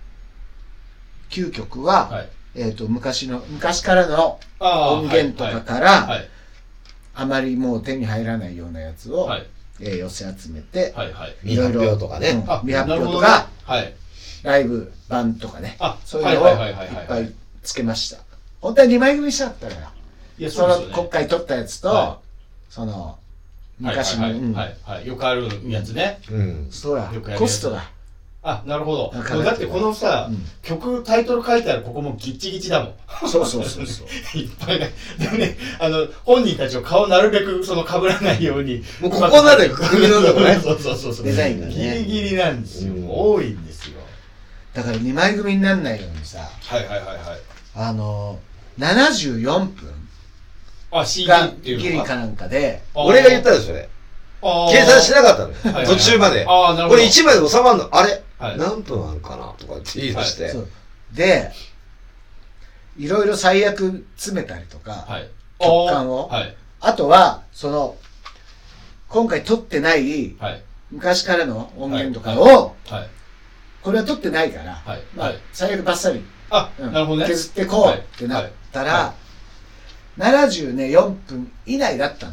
9曲は、昔からの音源とかから、あまりもう手に入らないようなやつを、寄せ集めて、 未発表とかね。 未発表とか、ライブ版とかね、そういうのをいっぱいつけました。本当は2枚組したかったのよ。その今回撮ったやつと、その昔のよくあるやつね。 そうや、コストだ。 なるほど。だってこのさ、曲タイトル書いてあるここもギッチギチだもん。 そういっぱいね。でもね、本人たちの顔なるべくその被らないように。 もうここまで組なんだもんね。 そう。 デザインがね。 ギリギリなんですよ。多いんですよ。 だから2枚組にならないようにさ。74分。 CD っていうのギリかなんかで。 俺が言ったでしょ、ね。計算しなかったのよ。途中まで。これ1枚で収まるの。あれ何分あるかなとかって言い出して。 で、いろいろ最悪詰めたりとか、曲間を。あとは、今回撮ってない、昔からの音源とかを、これは撮ってないから、最悪バッサリ削ってこうってなったら、74分以内だったの。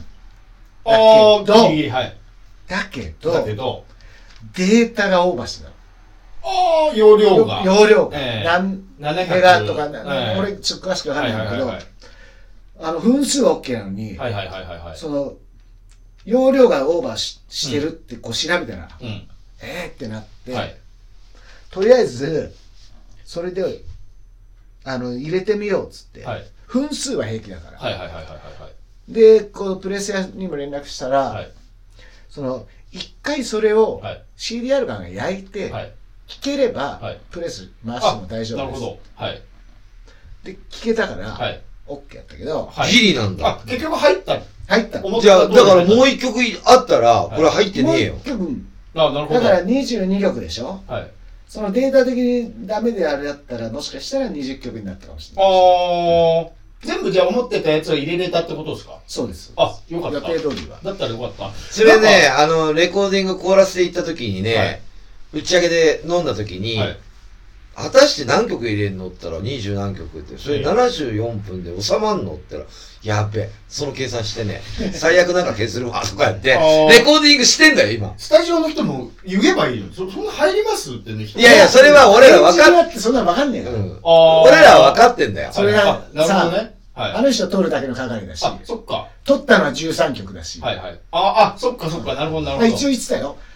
だけど、データがオーバーしてたの。 容量が。 何メガとか、俺ちょっと詳しくわかんないんだけど、分数は OK なのに、容量がオーバーしてるってこう調べたら、ってなって、とりあえず、それで、入れてみようっつって、分数は平気だから。で、プレス屋にも連絡したら、一回それを CDR 側が焼いて、聞ければ、プレス回しても大丈夫です。で、聞けたから、OK やったけど、 ギリなんだ。 結局入った。 じゃあ、だからもう一曲あったら、これ入ってねえよ。 だから22曲でしょ？そのデータ的にダメであれだったら、もしかしたら20曲になったかもしれない。 全部じゃあ思ってたやつを入れれたってことですか？ そうです。 よかった。 予定通りは。 だったらよかった。 それね、レコーディングコーラスで行った時にね、打ち上げで飲んだ時に、果たして何曲入れんのって言ったら20何曲って、それ74分で収まんのって言ったら、やべえ、その計算してね、最悪なんか削るわとかやって、レコーディングしてんだよ、今。 スタジオの人も言えばいいよ。そんな入りますってね。 いや、それは俺ら分かってそんな分かんねえから。 俺らは分かってんだよ。 それが、さ、 あの人撮るだけの係だし。 そっか。 撮ったのは13曲だし。 そっか、なるほど。 一応言ってたよ。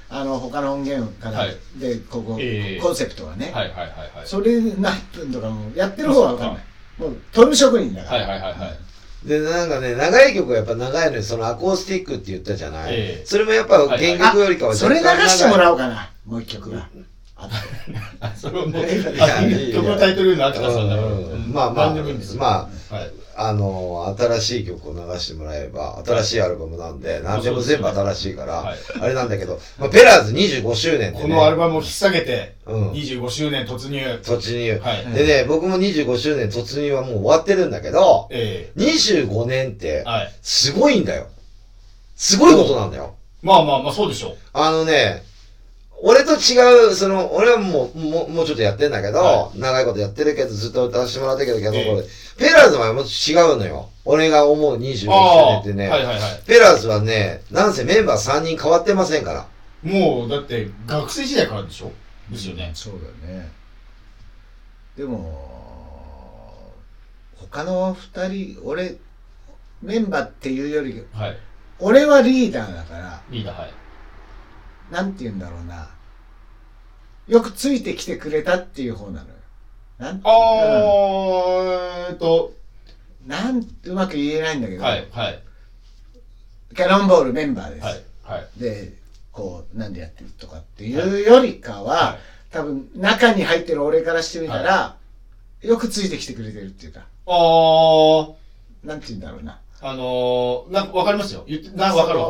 他の音源から、 はい、 でここ、コンセプトはね、 はいはいはいはい、 それ何分とかもやってる方は分かんない。もう撮る職人だから。 はいはいはいはい。 で、なんかね、長い曲はやっぱ長いのに、そのアコースティックって言ったじゃない、それもやっぱ原曲よりかはそれ流してもらおうかな、もう一曲は。 それも曲のタイトルの秋田さんだから。 まあまあ、まあ、新しい曲を流してもらえば、新しいアルバムなんで、何でも全部新しいから、あれなんだけど、まあ、ペラーズ25周年で、ね、 このアルバムを引っ提げて、25周年突入。 でね、僕も25周年突入はもう終わってるんだけど、25年って、すごいんだよ。すごいことなんだよ。 まあまあまあ、そうでしょう。 俺と違う、俺はもうちょっとやってんだけど、長いことやってるけど、ずっと歌わせてもらったけど、ペラーズはもう違うのよ。俺が思う25周年ってね、ペラーズはね、なんせメンバー3人変わってませんから。 もう、だって、学生時代からでしょですよね。 そうだよね。でも、他の2人、メンバーっていうより、俺はリーダーだから、なんて言うんだろうな。よくついてきてくれたっていう方なのよ。うまく言えないんだけど、キャノンボールメンバーです。で、こう、なんでやってるとかっていうよりかは、多分、中に入ってる俺からしてみたら、よくついてきてくれてるっていうか。なんて言うんだろうな。 なんかわかりますよ。わかる。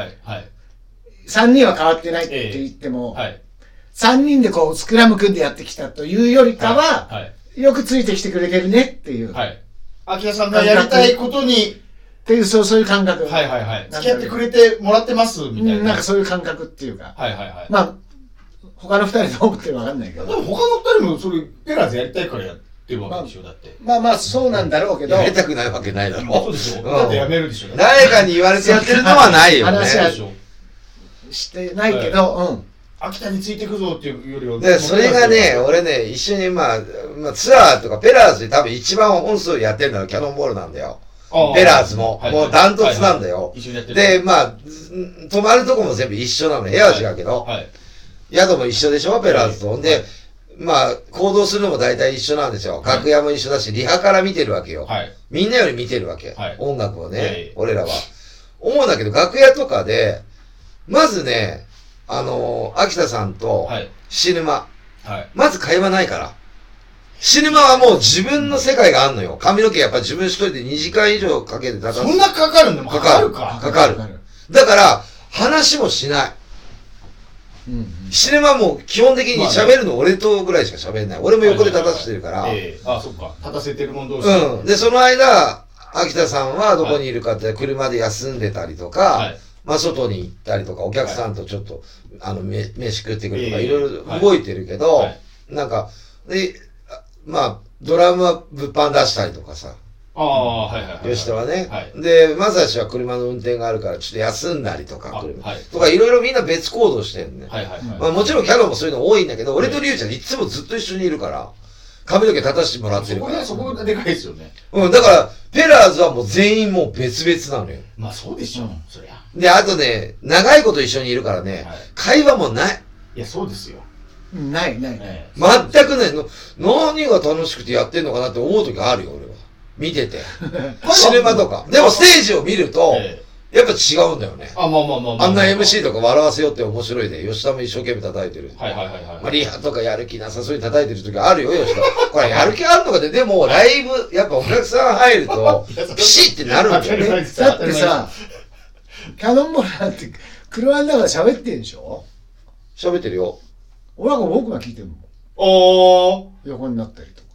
3人は変わってないって言っても、3人でこう、スクラム組んでやってきたというよりかは、よくついてきてくれてるねっていう。 秋田さんがやりたいことに、 っていう、そういう感覚。 付き合ってくれてもらってますみたいな。 なんかそういう感覚っていうか。まあ、他の2人どう思ってるかわかんないけど。 でも他の2人もそれ、ペラーズやりたいからやってるわけでしょ、だって。 まあ、そうなんだろうけど。 やりたくないわけないだろ。 そうでしょ。だってやめるでしょ。 誰かに言われてやってるのはないよね。 話はしてないけど、 秋田についてくぞっていうよりは。 で、それがね、俺ね、一緒にまあツアーとかペラーズで多分一番本数やってるのはキャノンボールなんだよ。ペラーズも。もうダントツなんだよ。で、まあ、泊まるとこも全部一緒なの。部屋は違うけど。宿も一緒でしょペラーズと。で、まあ、行動するのも大体一緒なんですよ。楽屋も一緒だし、リハから見てるわけよ。みんなより見てるわけ。音楽をね、俺らは。思うんだけど、楽屋とかで、まずね、秋田さんと、シヌマ。まず会話ないから。シヌマはもう自分の世界があんのよ。髪の毛やっぱ自分一人で2時間以上かけてそんなかかるんだもん。かかる。 だから、話もしない。シネマも基本的に喋るの俺とぐらいしか喋んない。俺も横で立たせてるから。 そっか。立たせてるもん同士。 で、その間、秋田さんはどこにいるかって車で休んでたりとか、まあ外に行ったりとか、お客さんとちょっと、飯食ってくるとか、いろいろ動いてるけど、なんか、で、まあ、ドラムは物販出したりとかさ。吉田はね。で、まさしは車の運転があるから、ちょっと休んだりとか、とか、いろいろみんな別行動してるね。まあもちろんキャノンもそういうの多いんだけど、俺とリュウちゃんいつもずっと一緒にいるから、髪の毛立たしてもらってるから。 そこがでかいですよね。 だから、ペラーズはもう全員もう別々なのよ。 まあそうでしょ、そりゃ。 で、あとね、長いこと一緒にいるからね、会話もない。 いや、そうですよ。 ない。 全くない。何が楽しくてやってんのかなって思う時あるよ、俺は。見てて。シネマとか。でもステージを見ると、やっぱ違うんだよね。あんな MC とか笑わせよって面白いで、吉田も一生懸命叩いてる。リハとかやる気なさそうに叩いてる時あるよ、吉田。これやる気あるのかって、でもライブ、やっぱお客さん入ると、ピシッってなるんだよね。 だってさ、キャノンボールなんて車の中で喋ってんでしょ？ 喋ってるよ。 俺は僕が聞いてるもん。横になったりとか。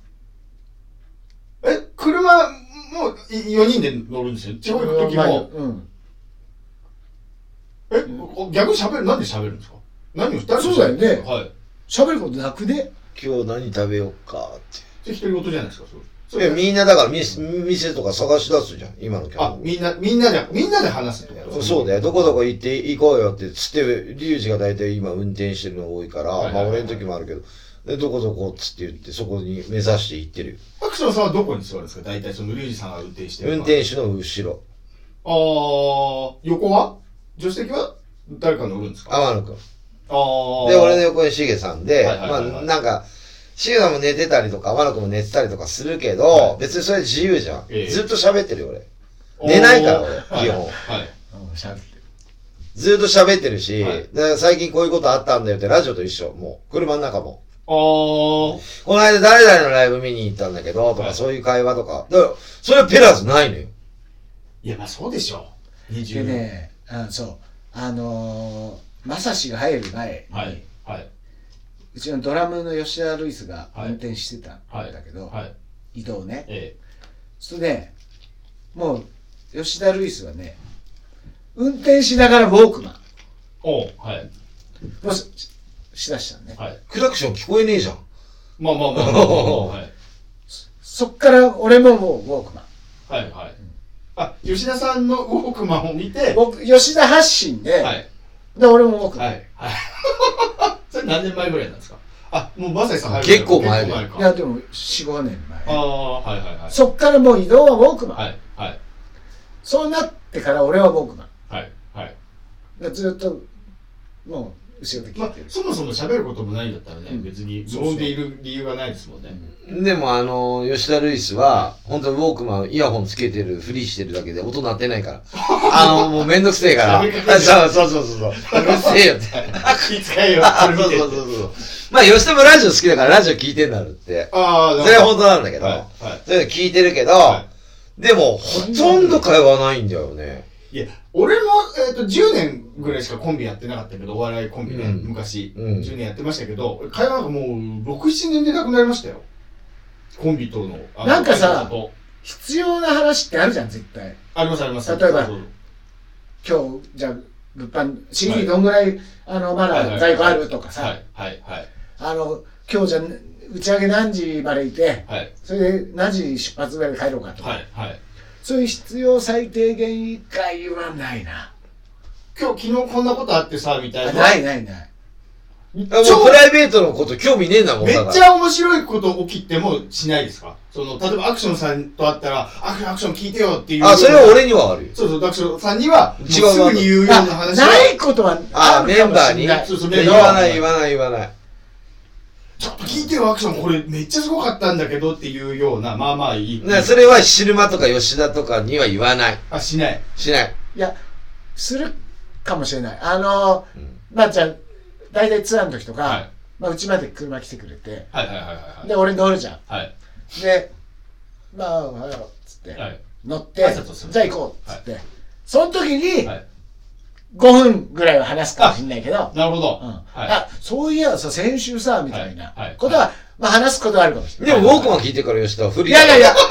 車も4人で乗るんですよ。地方行く時も。逆になんで喋るんですか？何をそうだよね。喋ることなくね。 今日何食べようかって。 独り言じゃないですか、 いや、みんなだから店とか探し出すじゃん、今のキャノン。 みんなで話すってこと？ そうだよ。どこどこ行こうよって、つって、リュウジが大体今運転してるの多いから、まあ俺の時もあるけど、で、どこどこっつって言って、そこに目指して行ってるよ。 アクションさんはどこに座るんですか？大体そのリュウジさんが運転してる。 運転手の後ろ。 横は？助手席は誰か乗るんですか？ 天野くん。 で、俺の横にしげさんで、まあなんか、しげさんも寝てたりとか、天野くんも寝てたりとかするけど、別にそれ自由じゃん。ずっと喋ってるよ、俺。寝ないから、俺、基本。ずっと喋ってるし、最近こういうことあったんだよってラジオと一緒。もう、車の中も。この間誰々のライブ見に行ったんだけど、とかそういう会話とか。だから、それはペラーズないのよ。 いや、まあそうでしょ。 でね、そう。まさしが入る前に、うちのドラムの吉田ルイスが運転してたんだけど、移動ね。それで、もう、吉田ルイスはね、運転しながらウォークマン。もうしだしたのね。 クラクション聞こえねえじゃん。 まあ。 そっから俺ももうウォークマン。 あ、吉田さんのウォークマンを見て、 僕、吉田発信で、で、俺もウォークマン。 それ何年前ぐらいなんですか？あ、もうまさにさ、 結構前で。 いや、でも4、5年前。 そっからもう移動はウォークマン。そうなってから俺はウォークマン。ずっと、もう、後ろで聞いてる。 そもそも喋ることもないんだったらね、別に無音でいる理由がないですもんね。 でも吉田ルイスは、本当にウォークマン、イヤホンつけてる、フリーしてるだけで音鳴ってないから。もうめんどくせえから。そう。うるせえよって。 気遣いよ。 そう。まあ、吉田もラジオ好きだからラジオ聞いてんだろって。それは本当なんだけど、そういうの聞いてるけど、でも、ほとんど会話ないんだよね。 いや、俺も、10年ぐらいしかコンビやってなかったけど、お笑いコンビね、昔、10年やってましたけど、会話なんかもう、6、7年でなくなりましたよ。コンビとの。 なんかさ、必要な話ってあるじゃん、絶対。 あります。 例えば、今日、じゃあ、物販、CD どんぐらい、まだ在庫あるとかさ、今日じゃ、打ち上げ何時までいて、それで何時出発ぐらいで帰ろうかとか。そういう必要最低限以外はないな。 昨日こんなことあってさ、みたいな。 ない。 もうプライベートのこと興味ねえんだもん。 めっちゃ面白いこと起きてもしないですか？例えばアクションさんと会ったら、アクション聞いてよっていう。 それは俺にはあるよ。 そう、アクションさんには、すぐに言うような話は。 ないことはあるかもしれない。 言わない。 ちょっと聞いてよ、アクション、これめっちゃすごかったんだけどっていうような、まあいい。 それは汁間とか吉田とかには言わない。 しない。 いや、するかもしれない。まあじゃあ、大体ツアーの時とか、まあうちまで車来てくれて、で、俺乗るじゃん。で、まあ、おはよう、つって、乗って、じゃあ行こう、つって。その時に、5分ぐらいは話すかもしれないけど。 なるほど。 そういやさ、先週さ、みたいなことは、まあ話すことはあるかもしれない。 でもウォークマン聞いてから吉田は不利いや。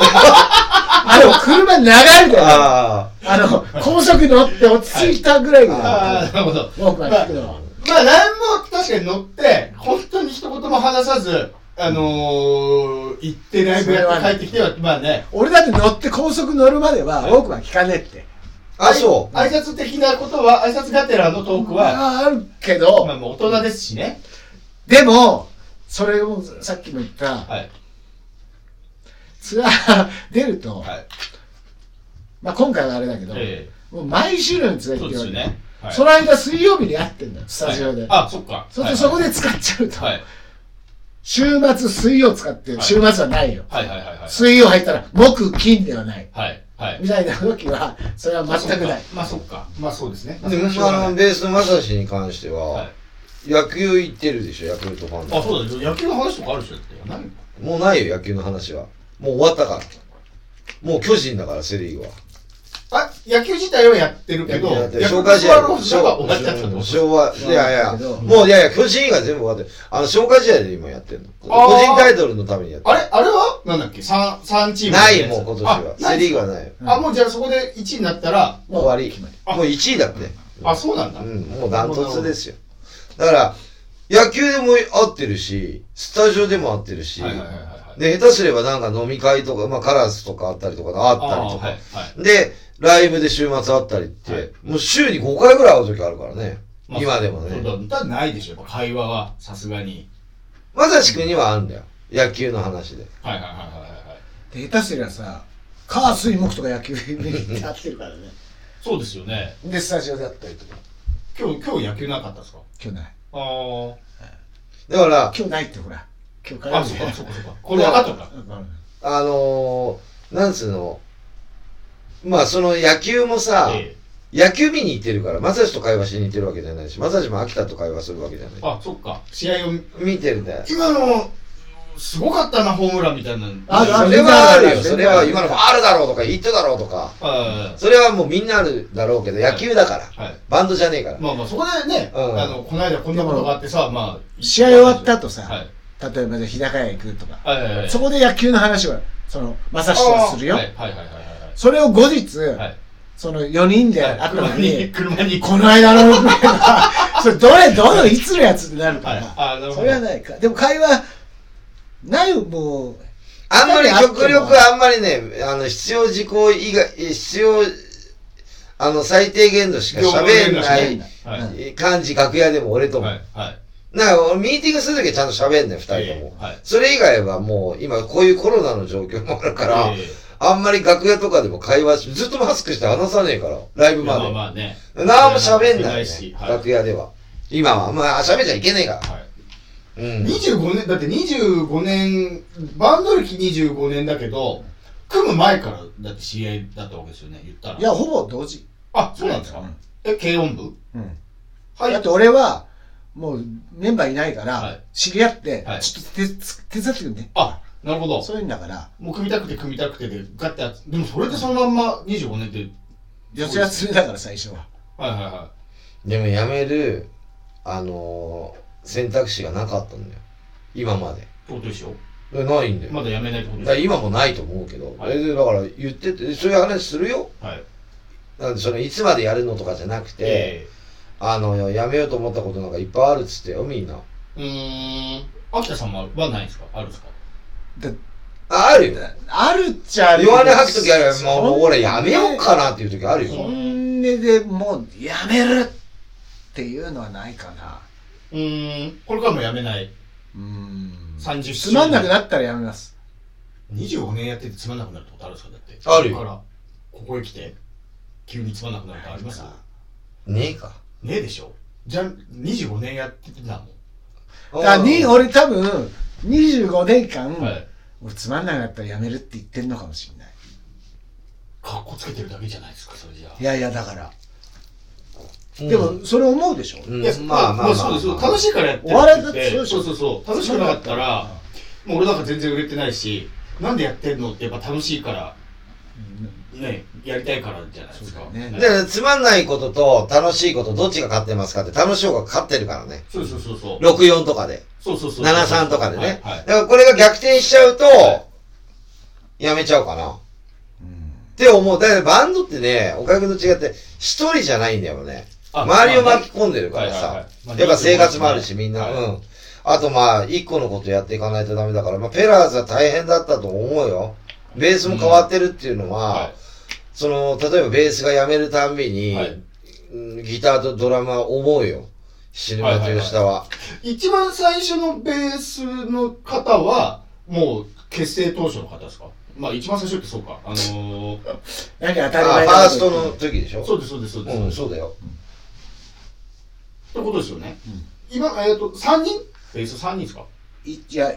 車流れてる。高速乗って落ち着いたぐらいなるほど。 ウォークマン聞くのは。 まあ、何も確かに乗って、本当に一言も話さず、行ってライブやって帰ってきては、まあね。 俺だって乗って高速乗るまでは、ウォークマン聞かねえって。 そう。 挨拶的なことは、挨拶がてらのトークは。 あるけど。 まあ、もう大人ですしね。 でも、それをさっきも言った、ツアー出ると、まあ今回はあれだけど、もう毎週のように連れてって言われて、その間水曜日に会ってんだよ、スタジオで。 そっか。 そこで使っちゃうと、週末水曜使って、週末はないよ。水曜入ったら木金ではない。みたいな時は、それは全くない。 まあそっか。まあそうですね。 でもベースのまさしに関しては、野球行ってるでしょ、ヤクルトファンで。 そうだね。野球の話とかあるでしょ、だって。 もうないよ、野球の話は。もう終わったから。もう巨人だから、セリーグは。 野球自体はやってるけど、 消化試合は終わっちゃったの。昭和、いや、もう巨人以外全部終わってる。消化試合で今やってるの。個人タイトルのためにやってる。 あれはなんだっけ ?3 チーム。 ない、もう今年は。セリーグはないよ。 もうじゃあそこで1位になったら、 もう終わり。もう1位だって。 そうなんだ。 もうダントツですよ。だから、野球でも会ってるし、スタジオでも会ってるし、で、下手すればなんか飲み会とか、まあカラスとかあったりとか、あったりとか。で、ライブで週末あったりって、もう週に5回ぐらい会う時あるからね。今でもね。 だないでしょ、やっぱ会話は、さすがに。 まさしくんにはあるんだよ。野球の話で。 で、下手すりゃさ、火水木とか野球でやってるからね。 そうですよね。 で、スタジオであったりとか。 今日野球なかったですか？ 今日ない。 だから今日ないってほら今日火曜日そうかこれ分かったかなんつうのまあその野球もさ、野球見に行ってるから正志と会話しに行ってるわけじゃないし正志も秋田と会話するわけじゃない。 そっか試合を見てるんだよ。 今のすごかったなホームランみたいな。 それはあるよ。それは今のあるだろうとかヒットだろうとかそれはもうみんなあるだろうけど野球だからバンドじゃねえから。 まあそこでねこの間こんなことがあってさ試合終わった後さ例えば日高屋行くとかそこで野球の話はその正志はするよ。それを後日その4人で会ったのにこの間のそれどのいつのやつになるからそれはないか。でも会話ないもうあんまり極力あんまりね必要事項以外必要最低限度しか喋んない感じ楽屋でも俺ともなんかミーティングするときはちゃんと喋んねん2人ともそれ以外はもう今こういうコロナの状況もあるからあんまり楽屋とかでも会話ずっとマスクして話さねえからライブまで何も喋んないね楽屋では今はまあ喋っちゃいけねえから 25年だって25年バンド歴25年だけど組む前からだって知り合いだったわけですよね言ったら。 いやほぼ同時。 そうなんですか。軽音部だって俺はもうメンバーいないから知り合ってちょっと手伝ってくんね。 なるほど。 そういうんだからもう組みたくてでガッてでもそれでそのまんま25年って四つ休みだから最初は。 でも辞める選択肢がなかったんだよ今まで。 ことでしょ。 ないんだよ。 まだ辞めないってことでしょ。 今もないと思うけどだから言っててそういう話するよ。なんでそれいつまでやるのとかじゃなくて辞めようと思ったことなんかいっぱいあるっつってよみんな。 秋田さんもはないんですか。あるんですか。 あるよ。 あるっちゃある。 弱音吐くときはもう俺やめようかなっていうときあるよ。 本音でもうやめるっていうのはないかな。 これからもやめない。30周つまんなくなったらやめます。 25年やっててつまんなくなるってことあるんですか。だってあるよ。 からここへ来て急につまんなくなるってありますか。 ねえか。 ねえでしょ。じゃあ25年やってたもん。俺多分25年間つまんなくなったらやめるって言ってんのかもしれない。 かっこつけてるだけじゃないですかそれじゃ。 いやだからでもそれ思うでしょ。 いやまあそうです楽しいからやってるってそう楽しくなかったらもう俺なんか全然売れてないしなんでやってんのってやっぱ楽しいからねやりたいからじゃないですか。 でつまんないことと楽しいことどっちが勝ってますかって楽しい方が勝ってるからね。 そう 64とかで73とかでね。 だからこれが逆転しちゃうとやめちゃうかなって思う。だからバンドってね岡君と違って一人じゃないんだよね。周りを巻き込んでるからさやっぱ生活もあるしみんなあと一個のことやっていかないとダメだからペラーズは大変だったと思うよ。ベースも変わってるっていうのは例えばベースが辞めるたんびにギターとドラムは思うよ。死ぬまと吉田は一番最初のベースの方はもう結成当初の方ですか。一番最初ってそうか何当たり前ファーストの時でしょ。 そうですそうだよってことですよね。今3人ベース3人ですか。 いや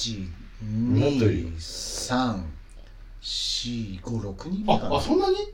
1,2,3,4,5,6人かな。 そんなに。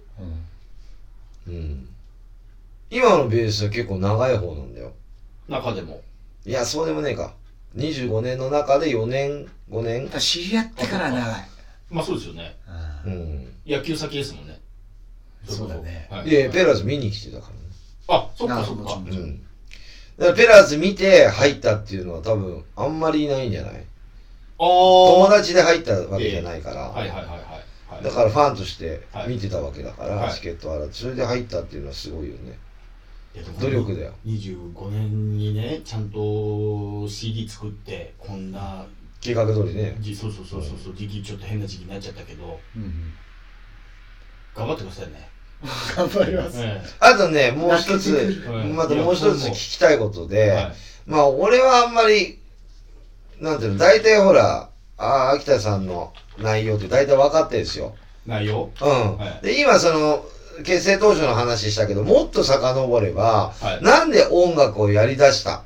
今のベースは結構長い方なんだよ中でも。 いやそうでもねえか。25年の中で4年5年知り合ってから長い。 そうですよね。野球先ですもんね。 そうだね。 いやペラーズ見に来てたからね。 そっか。 だからペラーズ見て入ったっていうのは多分あんまりいないんじゃない。友達で入ったわけじゃないからだからファンとして見てたわけだからチケットはそれで入ったっていうのはすごいよね。努力だよ。 25年にねちゃんと CD 作ってこんな計画通りね。 そう時期ちょっと変な時期になっちゃったけど頑張ってくださいね。 頑張ります。 あとねもう一つまたもう一つ聞きたいことで俺はあんまりなんていうの大体ほら秋田さんの内容って大体分かってるんですよ。 内容で今結成当初の話したけどもっと遡ればなんで音楽をやりだした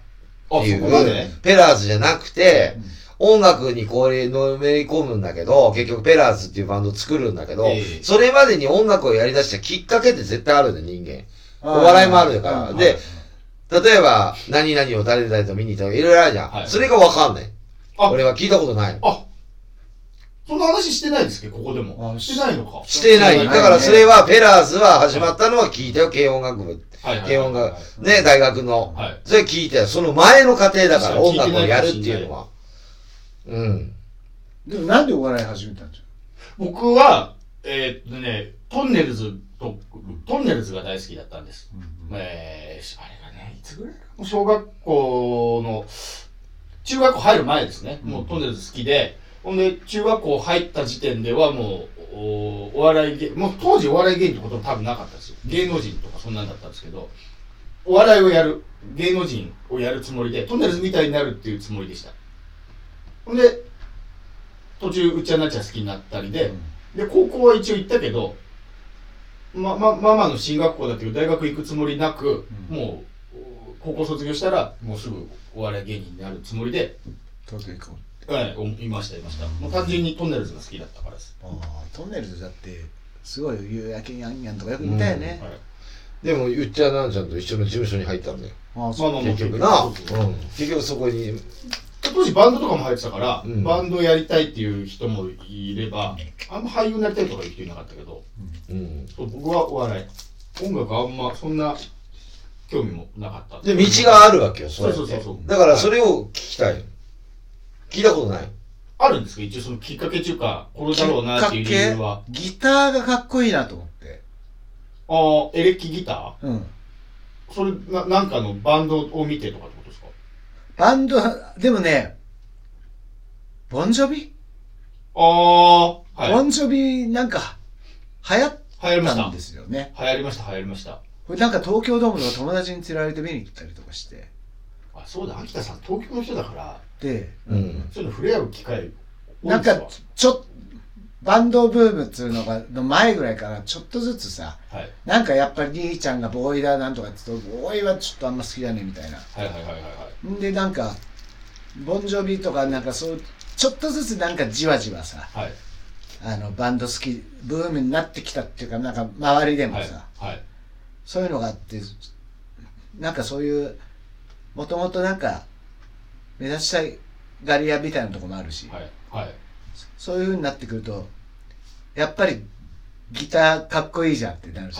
っていう、ペラーズじゃなくて、音楽にこれのめり込むんだけど、結局ペラーズっていうバンドを作るんだけど、それまでに音楽をやり出したきっかけって絶対あるんだよ、人間。お笑いもあるから。で、例えば、何々を誰々と見に行ったとかいろいろあるじゃん。それがわかんない。俺は聞いたことない。 そんな話してないですけど、ここでも。してないのか。 してない。だからそれは、ペラーズは始まったのは聞いたよ、軽音楽部。軽音楽、ね、大学の。それ聞いたよ。その前の過程だから、音楽をやるっていうのは。うん。 でもなんでお笑い始めたんですか？ 僕は、トンネルズが大好きだったんです。あれがね、いつぐらいか。小学校の、中学校入る前ですね。もうトンネルズ好きで、ほんで、中学校入った時点ではもう、お笑いもう当時お笑い芸人ってこと多分なかったですよ。芸能人とかそんなんだったんですけど、お笑いをやる、芸能人をやるつもりで、トンネルズみたいになるっていうつもりでした。ほんで、途中、うっちゃなっちゃ好きになったりで、で、高校は一応行ったけど、ママの進学校だけど、大学行くつもりなく、もう、高校卒業したら、もうすぐお笑い芸人になるつもりで、 東京行こう。 はい、いました。もう単純にトンネルズが好きだったからです。 トンネルズだって、すごい夕焼けやんやんとかよく言ったよね。 でも、うっちゃなんちゃんと一緒の事務所に入ったんだよ。結局な。結局そこに。 当時バンドとかも入ってたから、バンドやりたいっていう人もいれば、あんま俳優になりたいとかいう人いなかったけど、僕はお笑い。音楽あんまそんな興味もなかった。 で、道があるわけよ、 そう。 だからそれを聞きたい。聞いたことない。 あるんですか？一応そのきっかけっていうか、これだろうなっていう理由は。 ギターがかっこいいなと思って。 エレキギター？それ、なんかのバンドを見てとかってことですか？ バンド、でもね、ボンジョビ？ はい。 ボンジョビなんか、流行ったんですよね。 流行りました。 これなんか東京ドームの友達に連れられて見に行ったりとかして。 そうだ、秋田さん東京の人だから。 で、 そういうの触れ合う機会なんかバンドブームっていうの前ぐらいからちょっとずつさ、なんかやっぱり兄ちゃんがボーイだなんとかって言うと、ボーイはちょっとあんま好きだねみたいな。でなんかボンジョビとかなんかそうちょっとずつなんかじわじわさ、バンド好きブームになってきたっていうか、なんか周りでもさ、そういうのがあって、なんかそういうもともとなんか目指したいガリアみたいなところもあるし、そういう風になってくるとやっぱりギターかっこいいじゃんってなるし、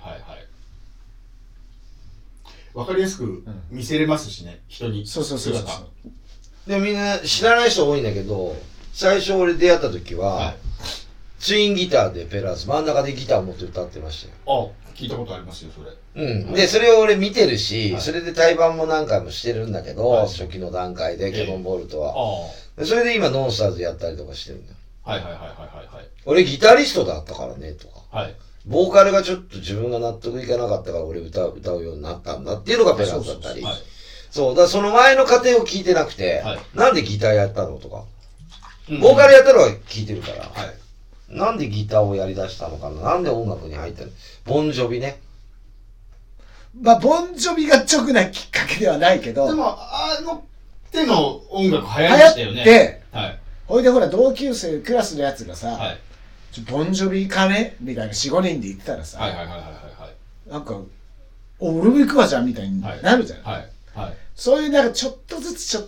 わかりやすく見せれますしね、人に。 そう。 でもみんな知らない人多いんだけど、最初俺出会った時は、ツインギターでペラーズ真ん中でギターを持って歌ってましたよ。 聞いたことありますよ、それ。 で、それを俺見てるし、それで対バンも何回もしてるんだけど、初期の段階で、ケボンボールとは。それで今、ノンスターズやったりとかしてるんだよ。俺ギタリストだったからね、とか。ボーカルがちょっと自分が納得いかなかったから俺歌うようになったんだっていうのがペラーズだったり。そう、だからその前の過程を聞いてなくて、なんでギターやったのとか。ボーカルやったのは聞いてるから。なんでギターをやり出したのかな、なんで音楽に入ったの。ボンジョビね。 ボンジョビが直なきっかけではないけど。 でも、手の音楽流行りましたよね。 流行って、ほいでほら同級生、クラスのやつがさ、ボンジョビかねみたいな4、5人で言ってたらさ、なんか、俺も行くわじゃんみたいになるじゃん。そういうなんかちょっとずつ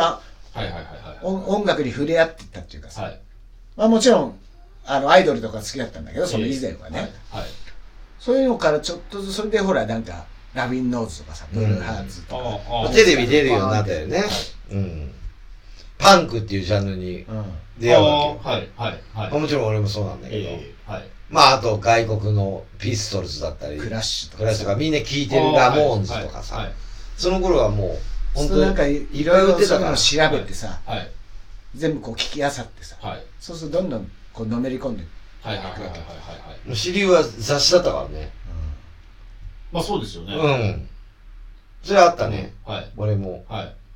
音楽に触れ合っていったっていうかさ、もちろん、アイドルとか好きだったんだけど、その以前はね。そういうのからちょっとずつ、それでほら、なんか、ラビンノーズとかさ、ブルーハーツとか。 テレビ出るようになったよね。パンクっていうジャンルに出会うわけよ。もちろん俺もそうなんだけど。あと外国のピストルズだったり、 クラッシュとかみんな聴いてるラモーンズとかさ。その頃はもう、 本当になんかいろいろそういうの調べてさ、全部こう聞きあさってさ、そうするとどんどんこうのめり込んでいくわけ。 主流は雑誌だったからね。 そうですよね。 それあったね。俺も。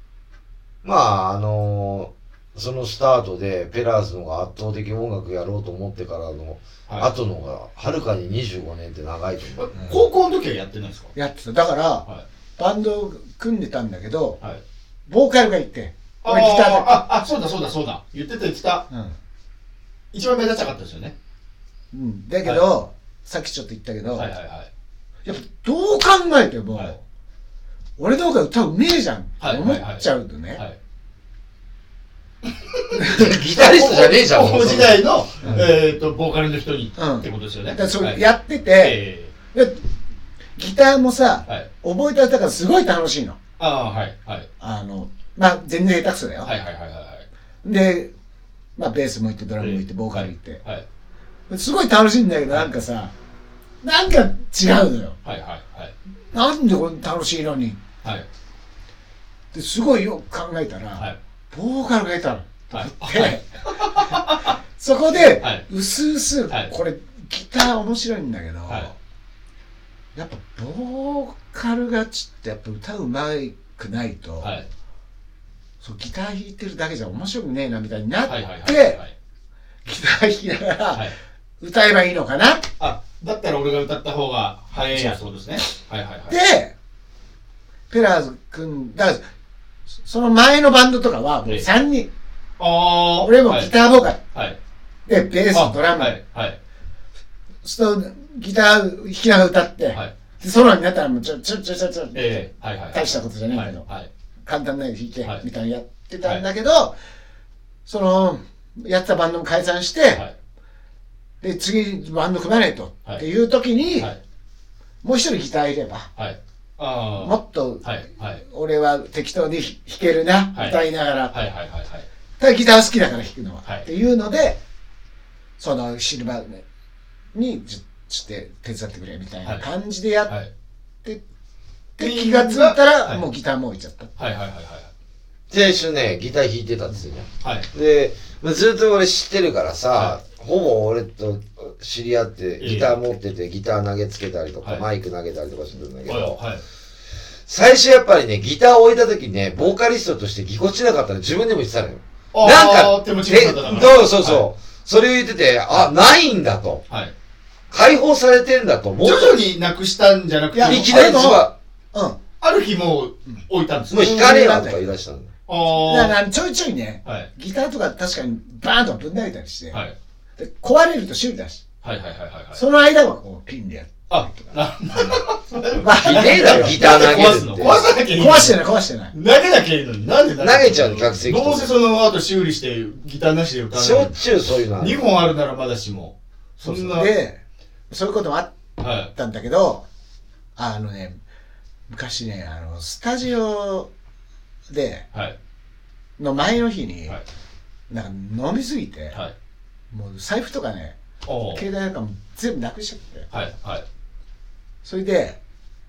そのスタートでペラーズのが圧倒的音楽やろうと思ってからの後のがはるかに25年って長いと思う。 高校の時はやってないですか？ やってた。だからバンド組んでたんだけど、 ボーカルがいて、 俺ギターだ。そうだ。言ってた。一番目立ちたかったですよね。 だけど、さっきちょっと言ったけど、やっぱどう考えても、俺の方が歌うめえじゃんって思っちゃうとね。 ギタリストじゃねえじゃん。 高校時代の、ボーカルの人にってことですよね。 だからそれやってて、ギターもさ、覚えたからすごい楽しいの。まあ全然下手くそだよ。で、まあベースもいて、ドラムもいて、ボーカルいて。すごい楽しいんだけど、なんかさ、なんか違うのよ。なんでこんな楽しいのに。ですごいよく考えたら、ボーカルがいたの。そこで、うすうす、これギター面白いんだけど、やっぱボーカルがちってやっぱ歌うまくないと、そうギター弾いてるだけじゃ面白くねえなみたいになって、ギター弾きながら歌えばいいのかな。 だったら俺が歌った方が早いやそうですね。 で、ペラーズ君、だからその前のバンドとかはもう3人。俺もギターボーカル。で、ベース、ドラム。そうギター弾きながら歌って、でソロになったらもうちょ、大したことじゃないけど、簡単なの弾いて、みたいなやってたんだけど、その、やってたバンドも解散して、で、次バンド組まないとっていう時に、もう一人ギターいれば、もっと、俺は適当に弾けるな、歌いながら。ただギター好きだから弾くのは。っていうので、そのシルバーにして手伝ってくれみたいな感じでやってって、気がついたらもうギターも置いちゃった。 最初ね、ギター弾いてたんですよね。で、ずっと俺知ってるからさ、ほぼ俺と知り合ってギター持っててギター投げつけたりとか、マイク投げたりとかするんだけど、最初やっぱりね、ギターを置いた時にね、ボーカリストとしてぎこちなかったら自分でも言ってたのよ。なんか、そう。それを言ってて、ないんだと。解放されてんだと思う。 徐々になくしたんじゃなくて、 いきなりある日もう置いたんですよ。もう弾かれよとか言い出したんだ。 だからちょいちょいね、ギターとか確かにバーンとぶん投げたりして、壊れると修理だし、その間はこうピンでやる。 ひでえだろ、ギター投げるって。 壊してない。 投げなきゃいいのに。なんで投げちゃうの、客席と。 どうせその後修理してギターなしで歌うの。 しょっちゅうそういうのある。 2本あるならまだしも。 で、そういうこともあったんだけど、昔ね、スタジオで、の前の日に、なんか飲みすぎて、もう財布とかね、携帯なんかも全部なくしちゃって、それで、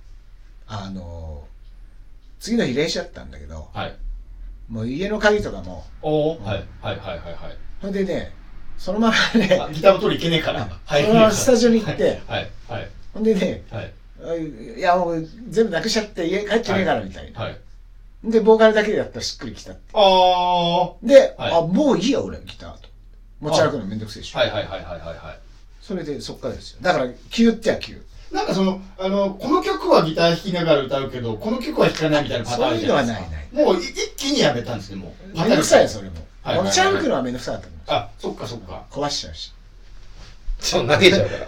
次の日練習だったんだけど、もう家の鍵とかも、ほんでね、そのままね、 ギターも取りいけねえから、 そのままスタジオに行って、ほんでね、いやもう全部なくしちゃって家帰ってねえからみたいな。で、ボーカルだけでやったらしっくりきたって。で、もういいや俺ギターと。持ち歩くのめんどくせえし。それでそっからですよ。だから急っては急。 なんかこの曲はギター弾きながら歌うけど、この曲は弾かないみたいなパターンあるじゃないですか。そういうのはない。もう一気にやめたんですね、もう。 めんどくさいよ、それも。持ち歩くのはめんどくさかった。 そっか。 壊しちゃうし。 そう、投げちゃうから。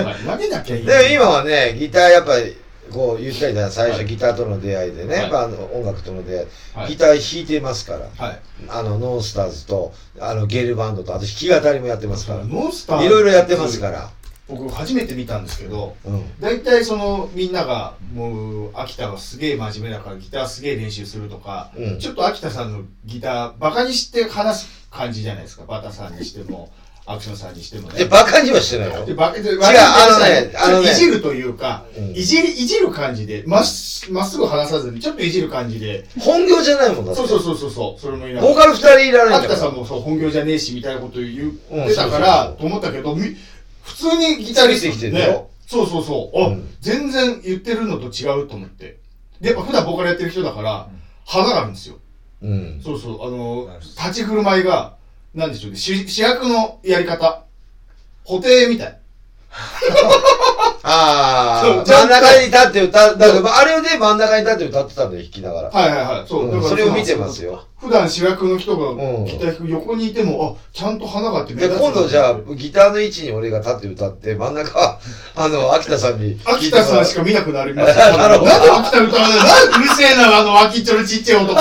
投げなきゃいい。 で、今はね、ギターやっぱり、こう言ったりだ最初ギターとの出会いでね、音楽との出会い、ギター弾いてますから、ノンスターズとゲルバンドとあと弾き語りもやってますから、 ノンスターズいろいろやってますから。 僕初めて見たんですけど、大体みんながもう秋田はすげえ真面目だからギターすげえ練習するとか、ちょっと秋田さんのギターバカにして話す感じじゃないですか。バタさんにしてもアクションさんにしてもね。 バカにはしてないよ。違う、 いじるというか、いじる感じで、まっすぐ話さずに、ちょっといじる感じで。 本業じゃないもんだって。 そう。それもいなボーカル2人いらないんだから。 秋田さんもそう、本業じゃねえし、みたいなこと言ってたから、と思ったけど、普通にギタリストでね。そう。全然言ってるのと違うと思って。で、やっぱ普段ボーカルやってる人だから、花があるんですよ。立ち振る舞いが、なんでしょうね、主役のやり方。布袋みたい。 ああ、真ん中に立って歌う。だからあれで真ん中に立って歌ってたんだよ、弾きながら。 はいはいはい。そう。 だからそれを見てますよ。 普段主役の人がギター弾く横にいても、ちゃんと花があってで、今度じゃあ、ギターの位置に俺が立って歌って、真ん中、秋田さんに。 秋田さんしか見なくなりました。なるほど。なんで秋田歌わない？なんでうるせえな、脇っちょのちっちゃい男。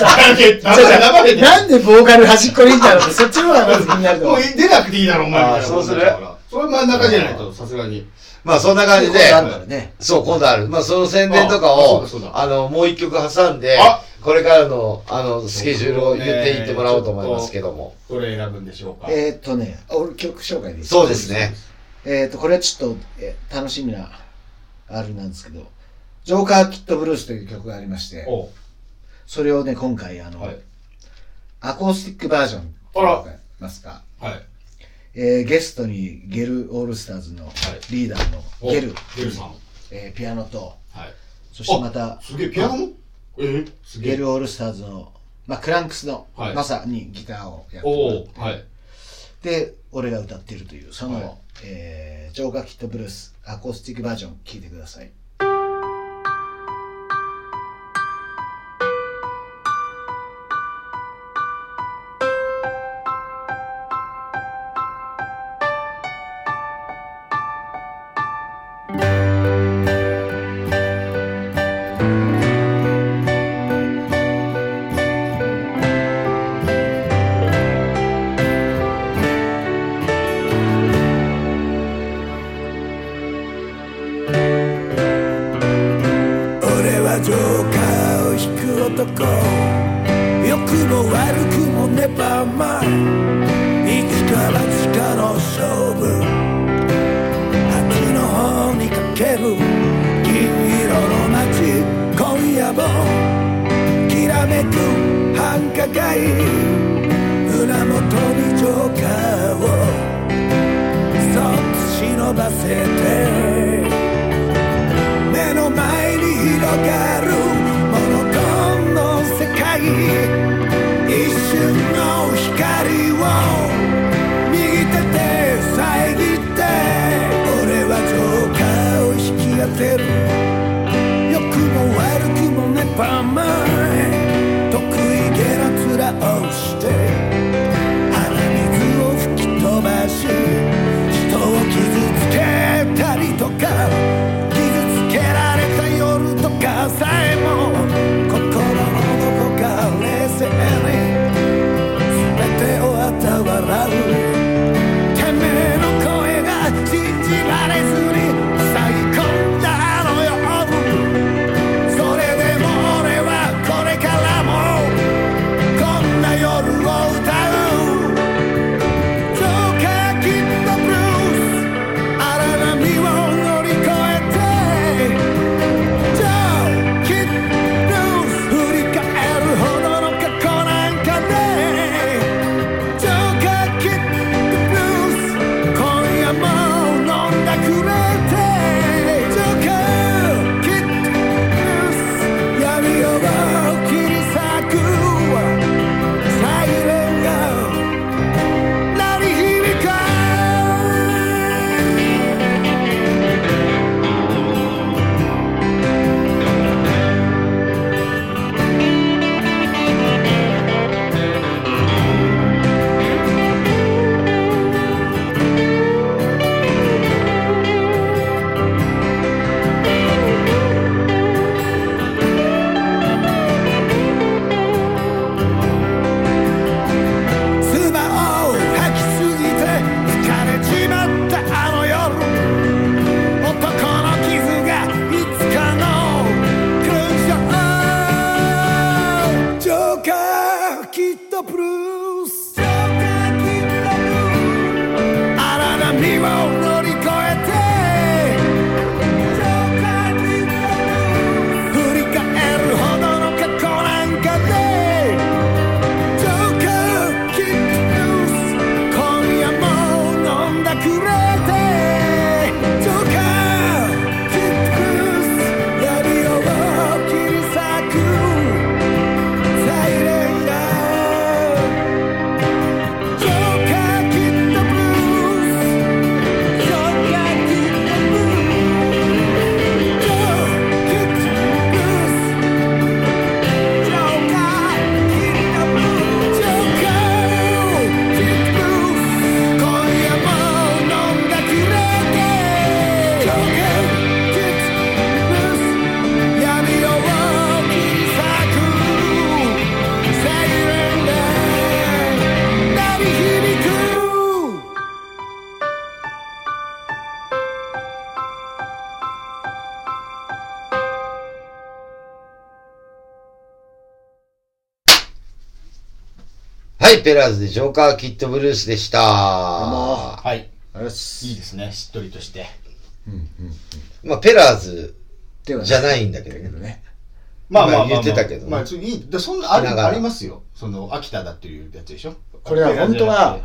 なんでボーカル端っこにいんだろうって、そっちの方がまず気になると。 もう出なくていいだろ、お前みたいな。 そうする？ それ真ん中じゃないと、さすがに。 まあそんな感じで、そう、今度ある。まあその宣伝とかを、もう一曲挟んで、これからの、スケジュールを言っていってもらおうと思いますけども。 どれ選ぶんでしょうか。 俺曲紹介でいいですか？そうですね。 これはちょっと、楽しみな、あるなんですけど、ジョーカーキッドブルースという曲がありまして、それをね、今回、アコースティックバージョンと言いますか、ゲストにゲルオールスターズのリーダーのゲルさん、 ピアノと、そしてまた、 すげえ、ピアノもゲルオールスターズの、クランクスの、まさにギターをやってもらって、で、俺が歌っているという、その、ジョーカーキッドブルース、アコースティックバージョン、聴いてください。 い、ペラーズでジョーカーキッドブルースでした。 はい。 いいですね、しっとりとして。 まあ、ペラーズじゃないんだけどね。 まあ言ってたけど。 まあ、そんなありますよ。秋田だっていうやつでしょ。 これは本当は、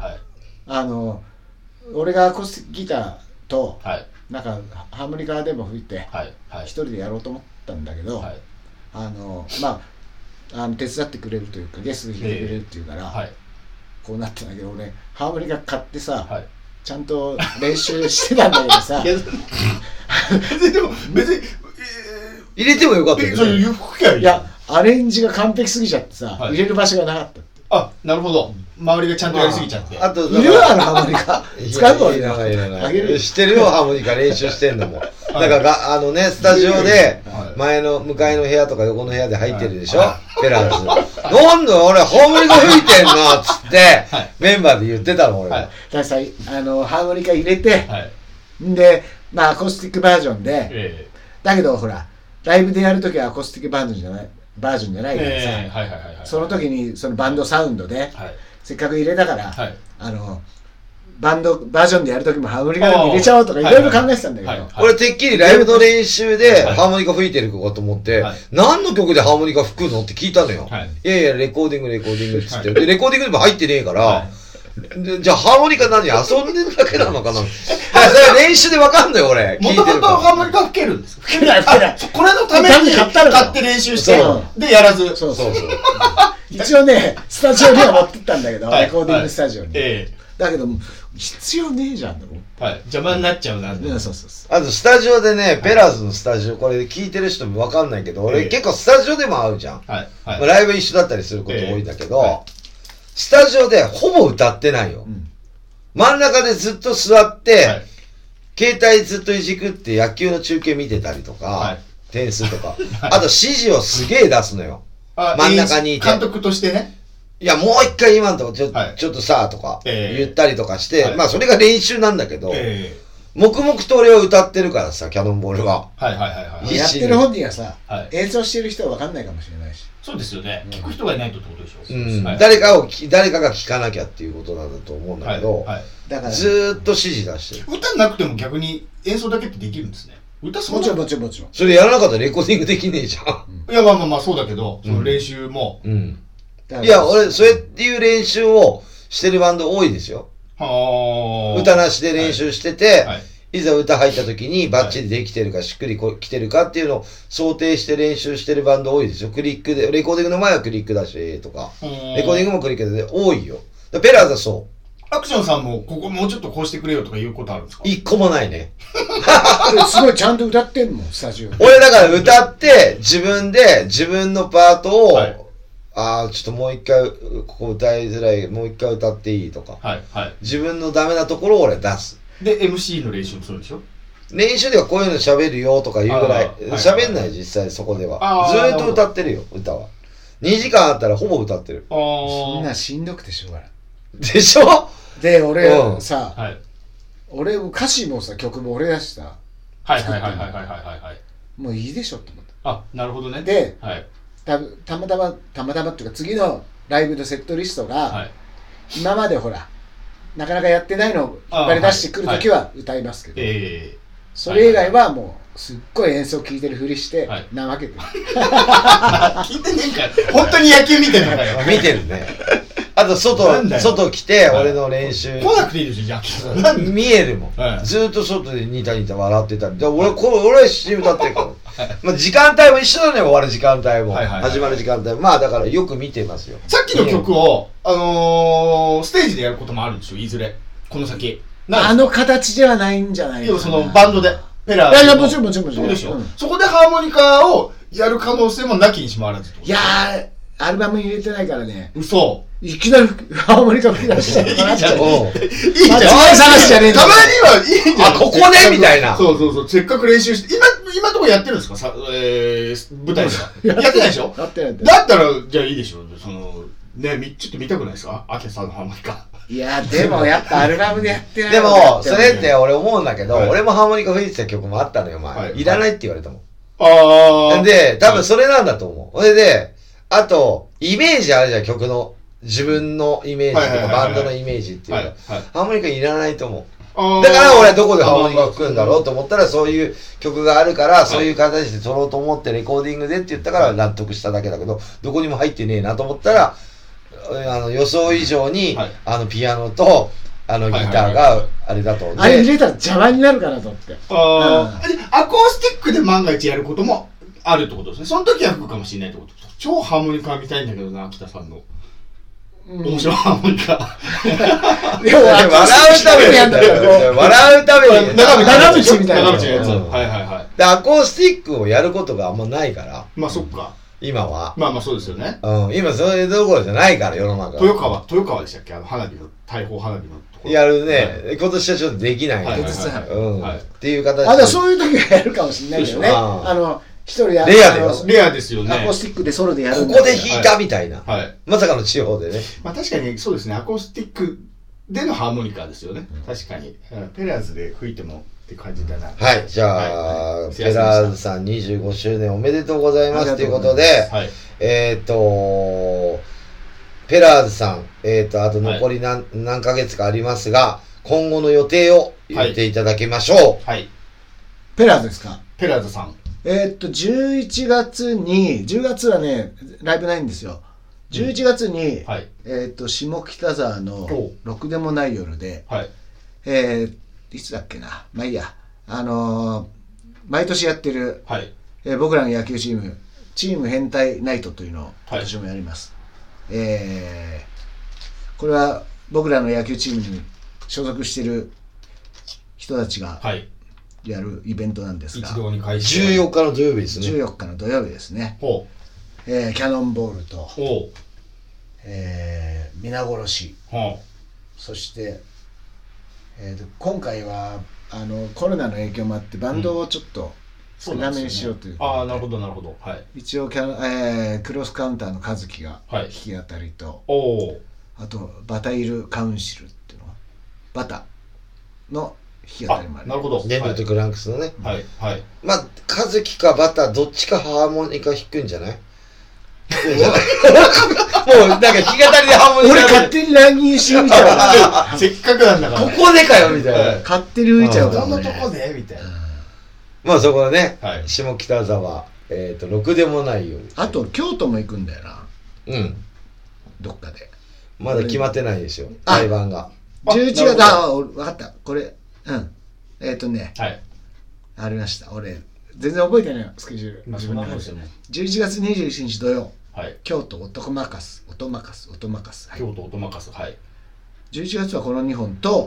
俺がアコースティックギターと、なんかハーモニカでも吹いて、一人でやろうと思ったんだけど、まあ、手伝ってくれるというか、ゲストで弾いてくれるっていうから、こうなったんだけど、俺、ハーモニカ買ってさ、ちゃんと練習してたんだけどさ、 でも別に、 入れてもよかったよね。 いや、アレンジが完璧すぎちゃってさ、入れる場所がなかった。 あ、なるほど。周りがちゃんとやりすぎちゃって。 あと、 いるわ、ハーモニカ。使うのいらない。知ってるよ、ハーモニカ練習してんのも。だからスタジオで、向かいの部屋とか横の部屋で入ってるでしょ、ペラーズ。なんだ俺、ハーモニカ吹いてんな、つって、メンバーで言ってたの、俺は。 だからさ、ハーモニカ入れて、で、まあ、アコースティックバージョンで、だけど、ほら、ライブでやるときはアコースティックバージョンじゃないからさ、その時にそのバンドサウンドで、せっかく入れたから、バンドバージョンでやるときもハーモニカでも入れちゃおうとかいろいろ考えてたんだけど、 俺てっきりライブの練習でハーモニカ吹いてる子かと思って、何の曲でハーモニカ吹くのって聞いたのよ。いやいや、レコーディングっつって。で、レコーディングでも入ってねえから、じゃあハーモニカ何遊んでるだけなのかな。練習でわかんないよ俺。 もともとハーモニカ吹けるんです。吹けない。これのために買って練習してでやらず。 そう一応ねスタジオには持ってったんだけど、レコーディングスタジオに。だけど必要ねえじゃん。 邪魔になっちゃうな。 あとスタジオでね、ペラーズのスタジオ、これ聞いてる人もわかんないけど、俺結構スタジオでも会うじゃん。ライブ一緒だったりすること多いんだけど、スタジオでほぼ歌ってないよ。真ん中でずっと座って、携帯ずっといじくって野球の中継見てたりとか、点数とか、あと指示をすげえ出すのよ。真ん中にいて。 監督としてね。 いや、もう一回今のとこちょっとさ、とか言ったりとかして、まあそれが練習なんだけど、黙々と俺は歌ってるからさ、キャノンボールは。 やってる本人はさ、演奏してる人は分かんないかもしれないし。 そうですよね。聞く人がいないとってことでしょ。 誰かが聞かなきゃっていうことなんだと思うんだけど、ずーっと指示出してる。 歌なくても逆に演奏だけってできるんですね。歌もちろん。 それやらなかったらレコーディングできねえじゃん。 いや、まあそうだけど、その練習も。 いや、俺、そういう練習をしてるバンド多いですよ。歌なしで練習してて、いざ歌入った時にバッチリできてるかしっくりきてるかっていうのを想定して練習してるバンド多いですよ。クリックで、レコーディングの前はクリックだしとか、レコーディングもクリックで多いよ。ペラーズはそう。 アクションさんもここもうちょっとこうしてくれよとか言うことあるんですか？ 一個もないね。 すごいちゃんと歌ってんもん、スタジオ。 俺だから歌って自分のパートを、ちょっともう一回ここ歌いづらい、もう一回歌っていいとか、自分のダメなところを俺出す。 で MC の練習もするでしょ？ 練習ではこういうの喋るよとか言うぐらい喋んない、実際そこではずーっと歌ってるよ。歌は2時間あったらほぼ歌ってる。 そんなしんどくてしょうがないでしょ。 で俺さ、俺歌詞もさ曲も俺出した。もういいでしょって思った。 あ、なるほどね。 で、たまたまっていうか次のライブのセットリストが、今までほらなかなかやってないのを引っ張り出してくるときは歌いますけど、それ以外はもうすっごい演奏聴いてるふりして怠けてる。 聞いてねえか。本当に野球見てるのかよ。 見てるね。あと外来て俺の練習来なくていいですよ、じゃあ見えるもん。ずっと外でニタニタ笑ってたり。俺は一緒に歌ってるから。まあ時間帯も一緒だね、終わる時間帯も始まる時間帯も。まあだからよく見てますよ。 さっきの曲をステージでやることもあるんですよ、いずれこの先。 あの形ではないんじゃないかな。 そのバンドでペラー。 いやもちろんそうでしょ。そこでハーモニカをやる可能性もなきにしもあらず。 いやー、アルバム入れてないからね。 嘘。 いきなりハーモニカ吹き出しちゃう。いいじゃん。 いいじゃん。 探しじゃねえんだよ。 たまにはいいじゃん。 ここねみたいな。 そう。せっかく練習して、今のとこやってるんですか？舞台とか。やってないでしょ？ やってない。 だったらじゃあいいでしょ。ね、ちょっと見たくないですか？アキさんのハーモニカ。 いやでもやっぱアルバムでやってない。 でもそれって俺思うんだけど、俺もハーモニカ吹いてた曲もあったのよ、前。いらないって言われたもん。で多分それなんだと思う。それであとイメージあるじゃん、曲の自分のイメージとかバンドのイメージっていうか、ハーモニカいらないと思う。だから俺はどこでハーモニカを吹くんだろうと思ったら、そういう曲があるから、そういう形で撮ろうと思ってレコーディングでって言ったから納得しただけだけど、どこにも入ってねえなと思ったら、予想以上に、ピアノと、ギターがあれだと。 あれ入れたら邪魔になるかなと思って。 アコースティックで万が一やることもあるってことですね。その時は吹くかもしれないってことです。超ハーモニカ見たいんだけどな、北さんの。面白いハーモニカ。 でも笑うためにやんだよ。笑うために。 長渕みたいな。 長渕のやつ。はいはいはい。 で、アコースティックをやることがあんまないから。 まあそっか。 今は。 まあそうですよね。 今そういうところじゃないから、世の中。 豊川でしたっけ、花火の、大砲花火のところ。 やるね。今年はちょっとできない。っていう形で。 でもそういう時はやるかもしれないけどね。一人やる。 レアですよね。 アコースティックでソロでやる。 ここで弾いたみたいな。まさかの地方でね。 まあ確かにそうですね。アコースティックでのハーモニカですよね。確かに。ペラーズで吹いてもって感じだな。 はい。じゃあ、ペラーズさん25周年おめでとうございますということで、ペラーズさん、あと残り何ヶ月かありますが、今後の予定を言っていただきましょう。 はい。 ペラーズですか？ ペラーズさん。 11月に、10月はね、ライブないんですよ。11月に、下北沢のろくでもない夜で、いつだっけな、まあいいや、毎年やってる、僕らの野球チーム変態ナイトというのを今年もやります。これは僕らの野球チームに所属している人たちがやるイベントなんですが、 14日の土曜日ですね。 14日の土曜日ですね。キャノンボールと、皆殺し、そして、今回はコロナの影響もあってバンドをちょっと少なめにしようということで、 なるほどなるほど。 一応クロスカウンターの和樹が弾き語りと、あとバタイルカウンシルっていうのはバタの弾き語りもある。 なるほど。 デンドとクランクスのね。まあ和樹かバタどっちかハーモニカ弾くんじゃない？もうなんか弾き語りでハーモニカ。 俺勝手に乱入し浮いちゃう。せっかくなんだから。 ここでかよみたいな。 勝手に浮いちゃうから。 どのとこでみたいな。 まあそこでね、下北沢、ろくでもないように。 あと京都も行くんだよな。どっかで。 まだ決まってないでしょ。対バンが。 11月、分かった。これ、ありました。俺、全然覚えてないよ、スケジュール。自分の話でも。11月21日土曜。京都音任す。 京都音任す。 11月はこの2本と、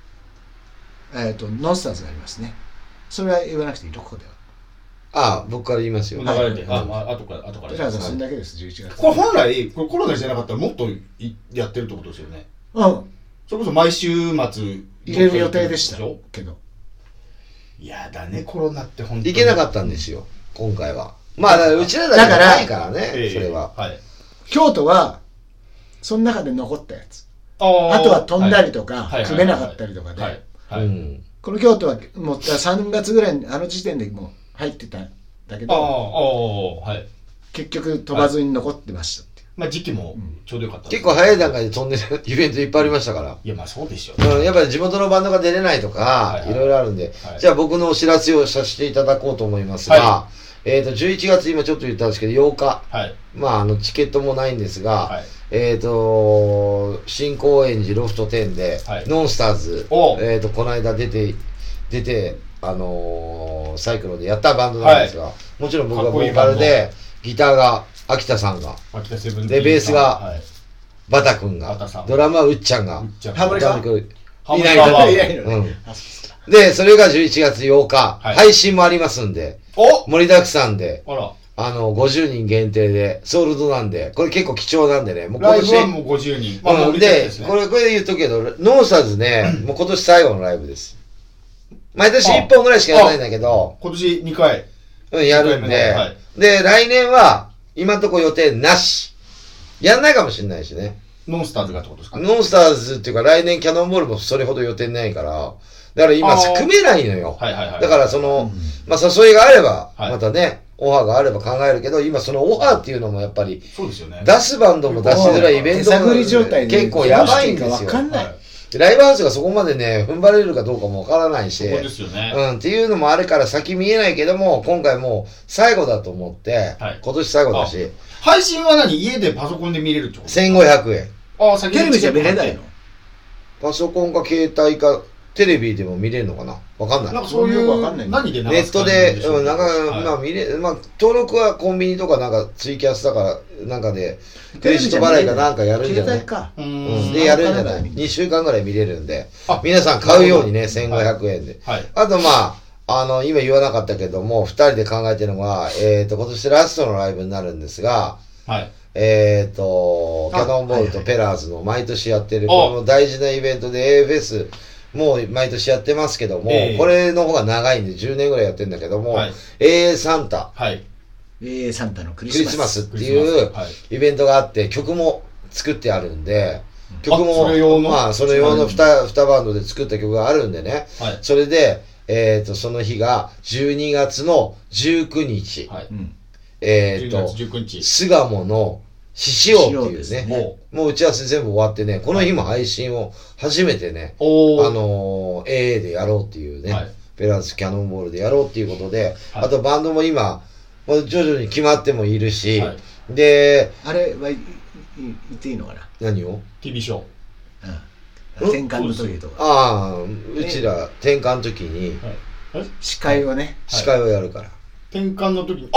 ノンスターズがありますね。それは言わなくていい、どこでは。 僕から言いますよ。 流れで。後から。 ペラーズはそれだけです、11月。 これ本来、コロナじゃなかったらもっとやってるってことですよね。それこそ毎週末入れる予定でしたけど。 いやだね、コロナって本当に。 行けなかったんですよ、今回は。まあ、うちらだけじゃないからね、それは。 京都は、その中で残ったやつ。あとは飛んだりとか、組めなかったりとかで。この京都はもう3月ぐらいにあの時点でもう入ってたんだけど、結局飛ばずに残ってましたっていう。 まあ時期もちょうどよかった。 結構早い段階で飛んでるイベントいっぱいありましたから。 いやまあそうでしょ。 やっぱり地元のバンドが出れないとか、いろいろあるんで、じゃあ僕のお知らせをさせていただこうと思いますが、11月今ちょっと言ったんですけど8日、まあチケットもないんですが、新高円寺ロフト10で、ノンスターズ、この間出てサイクロンでやったバンドなんですが、もちろん僕がボーカルで、ギターが秋田さんが、でベースがバタ君が、ドラムはうっちゃんが、 ハーモニカいないの。でそれが11月8日、配信もありますんで、盛りだくさんで。50人限定で、ソールドなんで、これ結構貴重なんでね、 もう今年。ライブはもう50人。 で、これで言っとくけど、ノースターズね、もう今年最後のライブです。毎年1本ぐらいしかやらないんだけど、 今年2回。 やるんで、で、来年は、今んとこ予定なし。やんないかもしれないしね。 ノンスターズがってことですか？ ノンスターズっていうか、来年キャノンボールもそれほど予定ないから、だから今、組めないのよ。だからまあ、誘いがあれば、またね、 オファーがあれば考えるけど、今そのオファーっていうのもやっぱり、 そうですよね。 出すバンドも出しづらい、イベントも手探り状態で結構やばいんですよ。 わかんない。 ライブハウスがそこまでね、踏ん張れるかどうかもわからないし、 そうですよね。 っていうのもあるから先見えないけども、今回もう最後だと思って、今年最後だし。 配信は家でパソコンで見れるってこと？ 1500 円。 テレビじゃ見れないの？ パソコンか携帯か、テレビでも見れるのかな、わかんない。 なんかそういう、何でネットで、登録はコンビニとかなんかツイキャスだから、なんかで、クレジット払いかなんかやるんじゃない？で、やるんじゃない？ 2 週間ぐらい見れるんで、皆さん買うようにね、1500円で。あと今言わなかったけども、2人で考えてるのが、今年ラストのライブになるんですが、キャノンボールとペラーズの毎年やってる、この大事なイベントで AFS、もう毎年やってますけども、これの方が長いんで10年ぐらいやってるんだけども、AA サンタ、 AA サンタのクリスマスっていうイベントがあって、曲も作ってあるんで、曲もそれ用の2バンドで作った曲があるんでね、それで、その日が12月の19日、巣鴨の獅子王っていうね、もう打ち合わせ全部終わってね、この日も配信を初めてね、AA でやろうっていうね、ペラーズキャノンボールでやろうっていうことで、あとバンドも今、徐々に決まってもいるし、で、 あれは言っていいのかな？ 何を？ TV ショー。 転換の時とか。 うちら転換の時に、 司会をね。 司会をやるから。 転換の時に、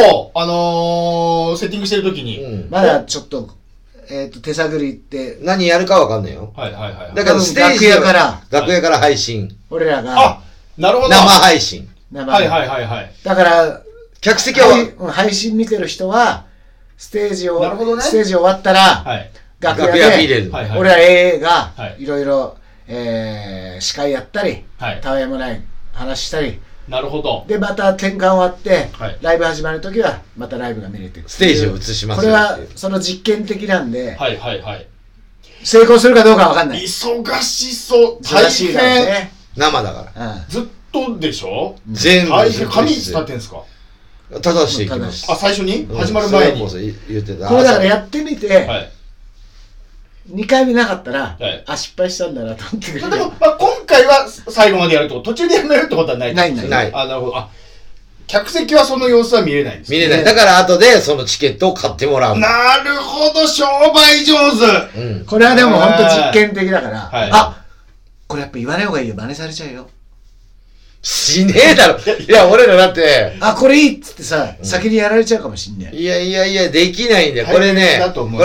セッティングしてる時に。 まだちょっと、手探りって何やるかわかんないよ。だからステージ楽屋から配信。 俺らが。 なるほど。 生配信。 だから、 客席は配信見てる人は、ステージ終わったら、楽屋で、俺ら AA が、いろいろ、司会やったり、たわいもない話したり、 なるほど。で、 また転換終わって、ライブ始まるときは、またライブが見れてる。 ステージを映します。 これは、その実験的なんで、成功するかどうかわかんない。 忙しそう。大変。 生だから。 ずっとでしょ？ 全部。 紙いつ立ってんすか？ 正していきます。 最初に始まる前に。 言ってた。 これだからやってみて、2回目なかったら、失敗したんだなと思ってくれる。 でも、今回は最後までやると、途中でやめるってことはない。 ない。 なるほど。客席はその様子は見れないんです。 見れない。だから後でそのチケットを買ってもらう。 なるほど、商売上手。 これはでも本当実験的だから、これやっぱ言わない方がいいよ。真似されちゃうよ。 しねえだろ。いや、俺らだって。 これいいっつってさ、先にやられちゃうかもしんない。 いや、できないんだよ。これね、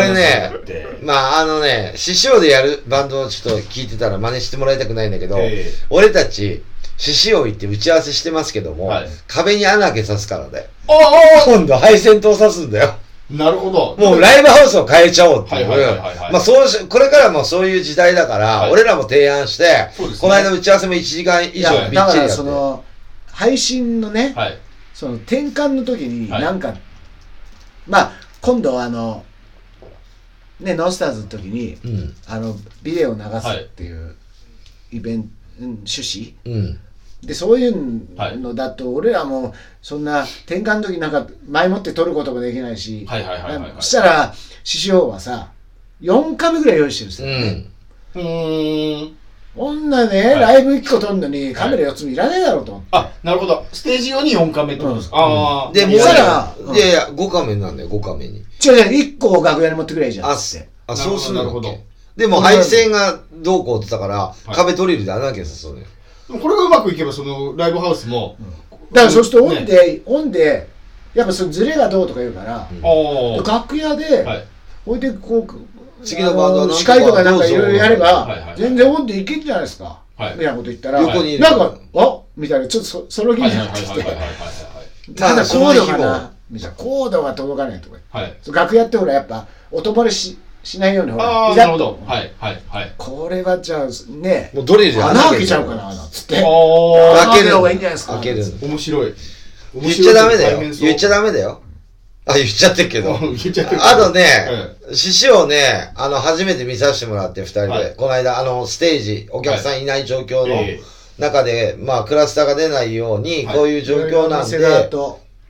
師匠でやるバンドをちょっと聞いてたら真似してもらいたくないんだけど、俺たち、獅子王行って打ち合わせしてますけども、壁に穴開けさすからね。今度配線通さすんだよ。 なるほど。 もうライブハウスを変えちゃおうっていう。これからもそういう時代だから、俺らも提案して、この間打ち合わせも1時間以上びっちりやって。 だからその、配信のね、その転換の時になんか、今度ノースターズの時に、ビデオを流すっていうイベント、趣旨で、そういうのだと、俺らもそんな転換の時なんか前もって撮ることもできないし、そしたら獅子王はさ4カメぐらい用意してるんですよ。こんなね、ライブ1個撮るのにカメラ4つもいらねえだろうと思って。 なるほど。ステージ用に4カメってことですか？ で、もういや5カメなんだよ、5カメに。 違う、1個を楽屋に持ってくればいいじゃんって。 そうするの。なるほど。でも配線がどうこうって言ったから、壁ドリルで穴開けさそうね。 これがうまくいけば、そのライブハウスも。 だからそうするとオンで、やっぱそのズレがどうとか言うから、楽屋で、置いてこう、 次のバンドの司会とかなんかいろいろやれば、全然オンでいけんじゃないですか。みたいなこと言ったら、なんか、みたいな、ちょっとその気になってきて、ただコードがな、コードが届かないとか。楽屋ってほら、やっぱ、音漏れしないようにほら、 なるほど。 これはじゃあね、 もうドリルで穴開けちゃうかな、つって。 開ける方がいいんじゃないですか。 開ける。 面白い。 言っちゃダメだよ。言っちゃダメだよ。言っちゃってるけど。あとね、獅子をね、初めて見させてもらって、2人で。この間、ステージ、お客さんいない状況の中で、クラスターが出ないように、こういう状況なんで、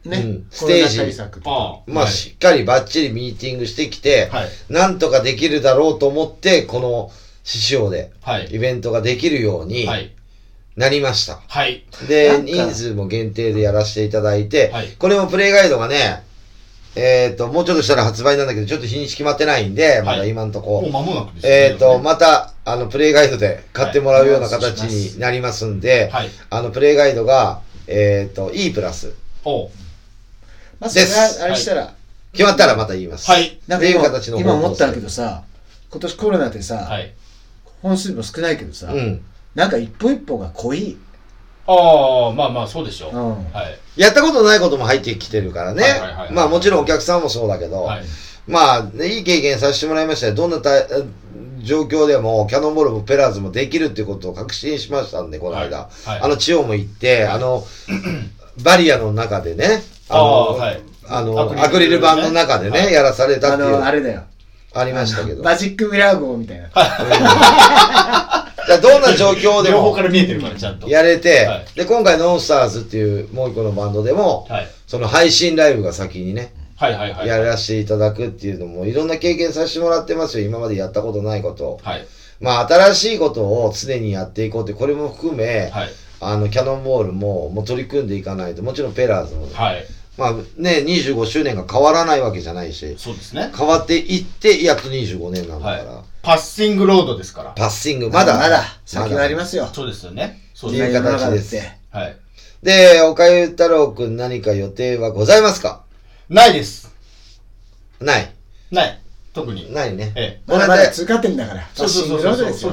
ね、 ステージコロナ対策とかまあしっかりバッチリミーティングしてきて、なんとかできるだろうと思ってこの獅子王でイベントができるようになりました。で人数も限定でやらせていただいて、これもプレイガイドがねもうちょっとしたら発売なんだけど、ちょっと日にち決まってないんで、まだ今んとこ。 もう間もなくですね。 また、プレイガイドで買ってもらうような形になりますんで、プレイガイドが、E プラス。 まあ、それは、あれしたら。 決まったらまた言います。 なんか今思ったけどさ、今年コロナでさ、本数も少ないけどさ、なんか一歩一歩が濃い。 まあそうでしょう。 やったことないことも入ってきてるからね。まあもちろんお客さんもそうだけど、まあいい経験させてもらいましたよ。どんな状況でもキャノンボールもペラーズもできるっていうことを確信しましたんで、この間。地方も行って、バリアの中でね、アクリル板の中でね、やらされたっていう。 あれだよ。 ありましたけど。 マジックミラー号みたいな。 どんな状況でも両方から見えてるからちゃんとやれて、で今回ノンスターズっていうもう一個のバンドでも、その配信ライブが先にねやらせていただくっていうのもいろんな経験させてもらってますよ。今までやったことないことを、まあ新しいことを常にやっていこうって、これも含め、キャノンボールも取り組んでいかないと、もちろんペラーズも、まあね、25周年が変わらないわけじゃないし、 そうですね、 変わっていってやっと25年なんだから、 パッシングロードですから。 パッシングまだ先はありますよ。 そうですよね。 そういう形です。で、岡ゆ太郎くん何か予定はございますか？ ないです。 ない。 特に。 ないね。 まだ通過点だから。 そう。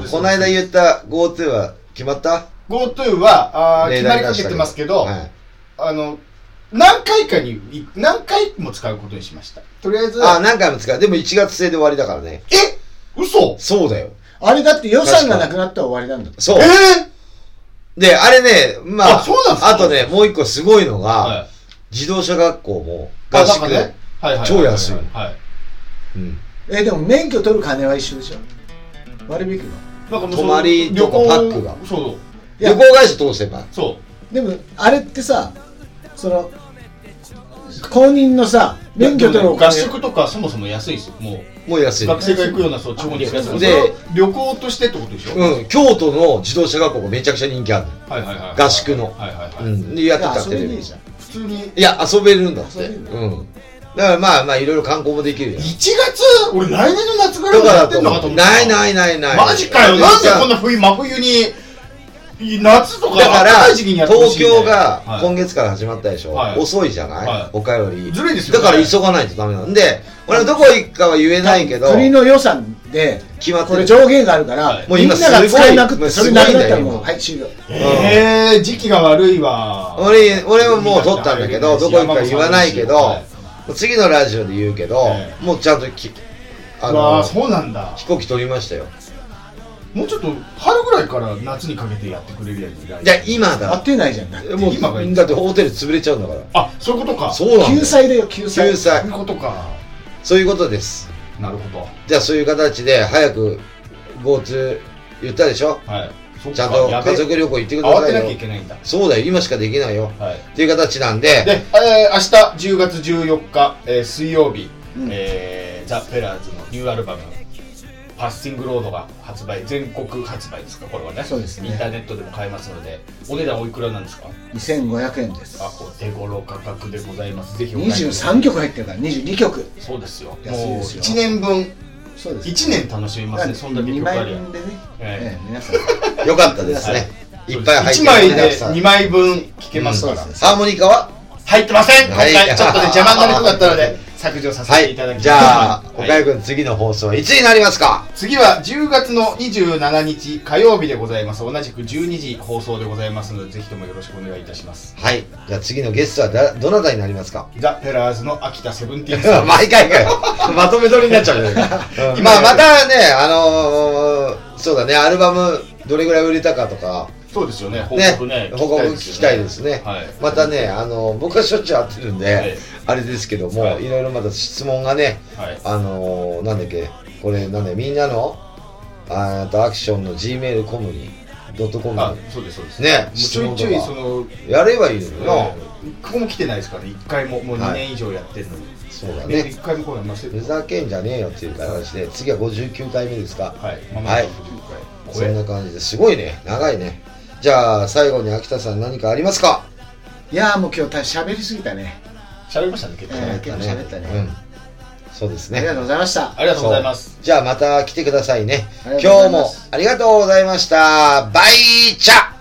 この間言った GoTo は決まった？ GoTo は決まりかけてますけど、何回も使うことにしました。とりあえず。 何回も使う。でも1月制で終わりだからね。 嘘？ そうだよ。 あれだって予算がなくなったら終わりなんだ。 そう。で、あれね、まあ、 そうなんですか？ あとね、もう一個すごいのが、自動車学校も合宿で超安い。 でも免許取る金は一緒でしょ？割引は。泊まりとかパックが。 そう。 旅行会社通せば。 そう。 でも、あれってさ、公認のさ、免許取るお金。 合宿とかそもそも安いですよ。 もう安い。 学生が行くような地方に行くやつで、旅行としてってことでしょ？ 京都の自動車学校がめちゃくちゃ人気ある。合宿の。で、やってたってる。 普通に。 いや、遊べるんだって。だからまあいろいろ観光もできるよ。 1月？俺来年の夏ぐらいまでやってんのかと思った。 ない。 マジかよ。なんでこんな真冬に。夏とかだから東京が今月から始まったでしょ、遅いじゃない、他より。 ずるいですよね。 だから急がないとダメなんで、俺はどこ行くかは言えないけど、 国の予算で決まってる、これ上限があるから、 もう今みんなが使えなくて、それなくなったらもうはい終了。 時期が悪いわ。 俺はもう取ったんだけど、どこ行くか言わないけど、次のラジオで言うけど、もうちゃんとそうなんだ、 飛行機取りましたよ。 もうちょっと春ぐらいから夏にかけてやってくれるやつ。 じゃあ今だ。 当てないじゃん。 もう今がだってホテル潰れちゃうんだから。 そういうことか。 そうなんだ。 救済だよ、救済。 そういうことか。 そういうことです。 なるほど。 じゃあそういう形で早く GoTo 言ったでしょ。ちゃんと家族旅行行ってくださいよ。 慌てなきゃいけないんだ。 そうだよ、今しかできないよ。っていう形なんで。 で、明日10月14日水曜日、ザ・ペラーズのニューアルバムパッシングロードが発売、全国発売ですか、これはね。 そうですね。 インターネットでも買えますので、お値段おいくらなんですか ？2500円です。 お手頃価格でございます。ぜひお買いください。23曲入ってるから22曲。 そうですよ。もう 1 年分、 そうです。 1年楽しめますね、そんだけ曲ありゃ。 2枚分でね、皆さんよかったですね。いっぱい入って 1枚で2枚分聴けますから。 ハーモニカは入ってません。今回ちょっとね邪魔になりそうだったので削除させていただきます。 じゃあ岡谷君、次の放送はいつになりますか？ 次は10月の27日火曜日でございます。同じく12時放送でございますので、ぜひともよろしくお願いいたします。 はい。じゃあ次のゲストはどなたになりますか？ ザ・ペラーズの秋田セブンティーンさん。 毎回かよ。まとめ撮りになっちゃうね。まあまたね、そうだね、アルバムどれぐらい売れたかとか。 そうですよね。報告聞きたいですね。またね、僕はしょっちゅう会ってるんであれですけども、いろいろまた質問がね、なんだっけ、これなんだよ、みんなのアクションの Gmail.com にそうですそうですね、 ちょいちょいそのやればいいのよな。 ここも来てないですからね、1回も。もう2年以上やってるのに。 そうだね。 1回も来ない。 ふざけんじゃねえよっていう話で、次は59回目ですか。 はい。 はい。そんな感じですごいね、長いね。じゃあ最後に秋田さん何かありますか？ いやもう今日喋りすぎたね。 喋りましたね、結構喋ったね。 そうですね。 ありがとうございました。 ありがとうございます。 じゃあまた来てくださいね。今日もありがとうございました。バイチャ。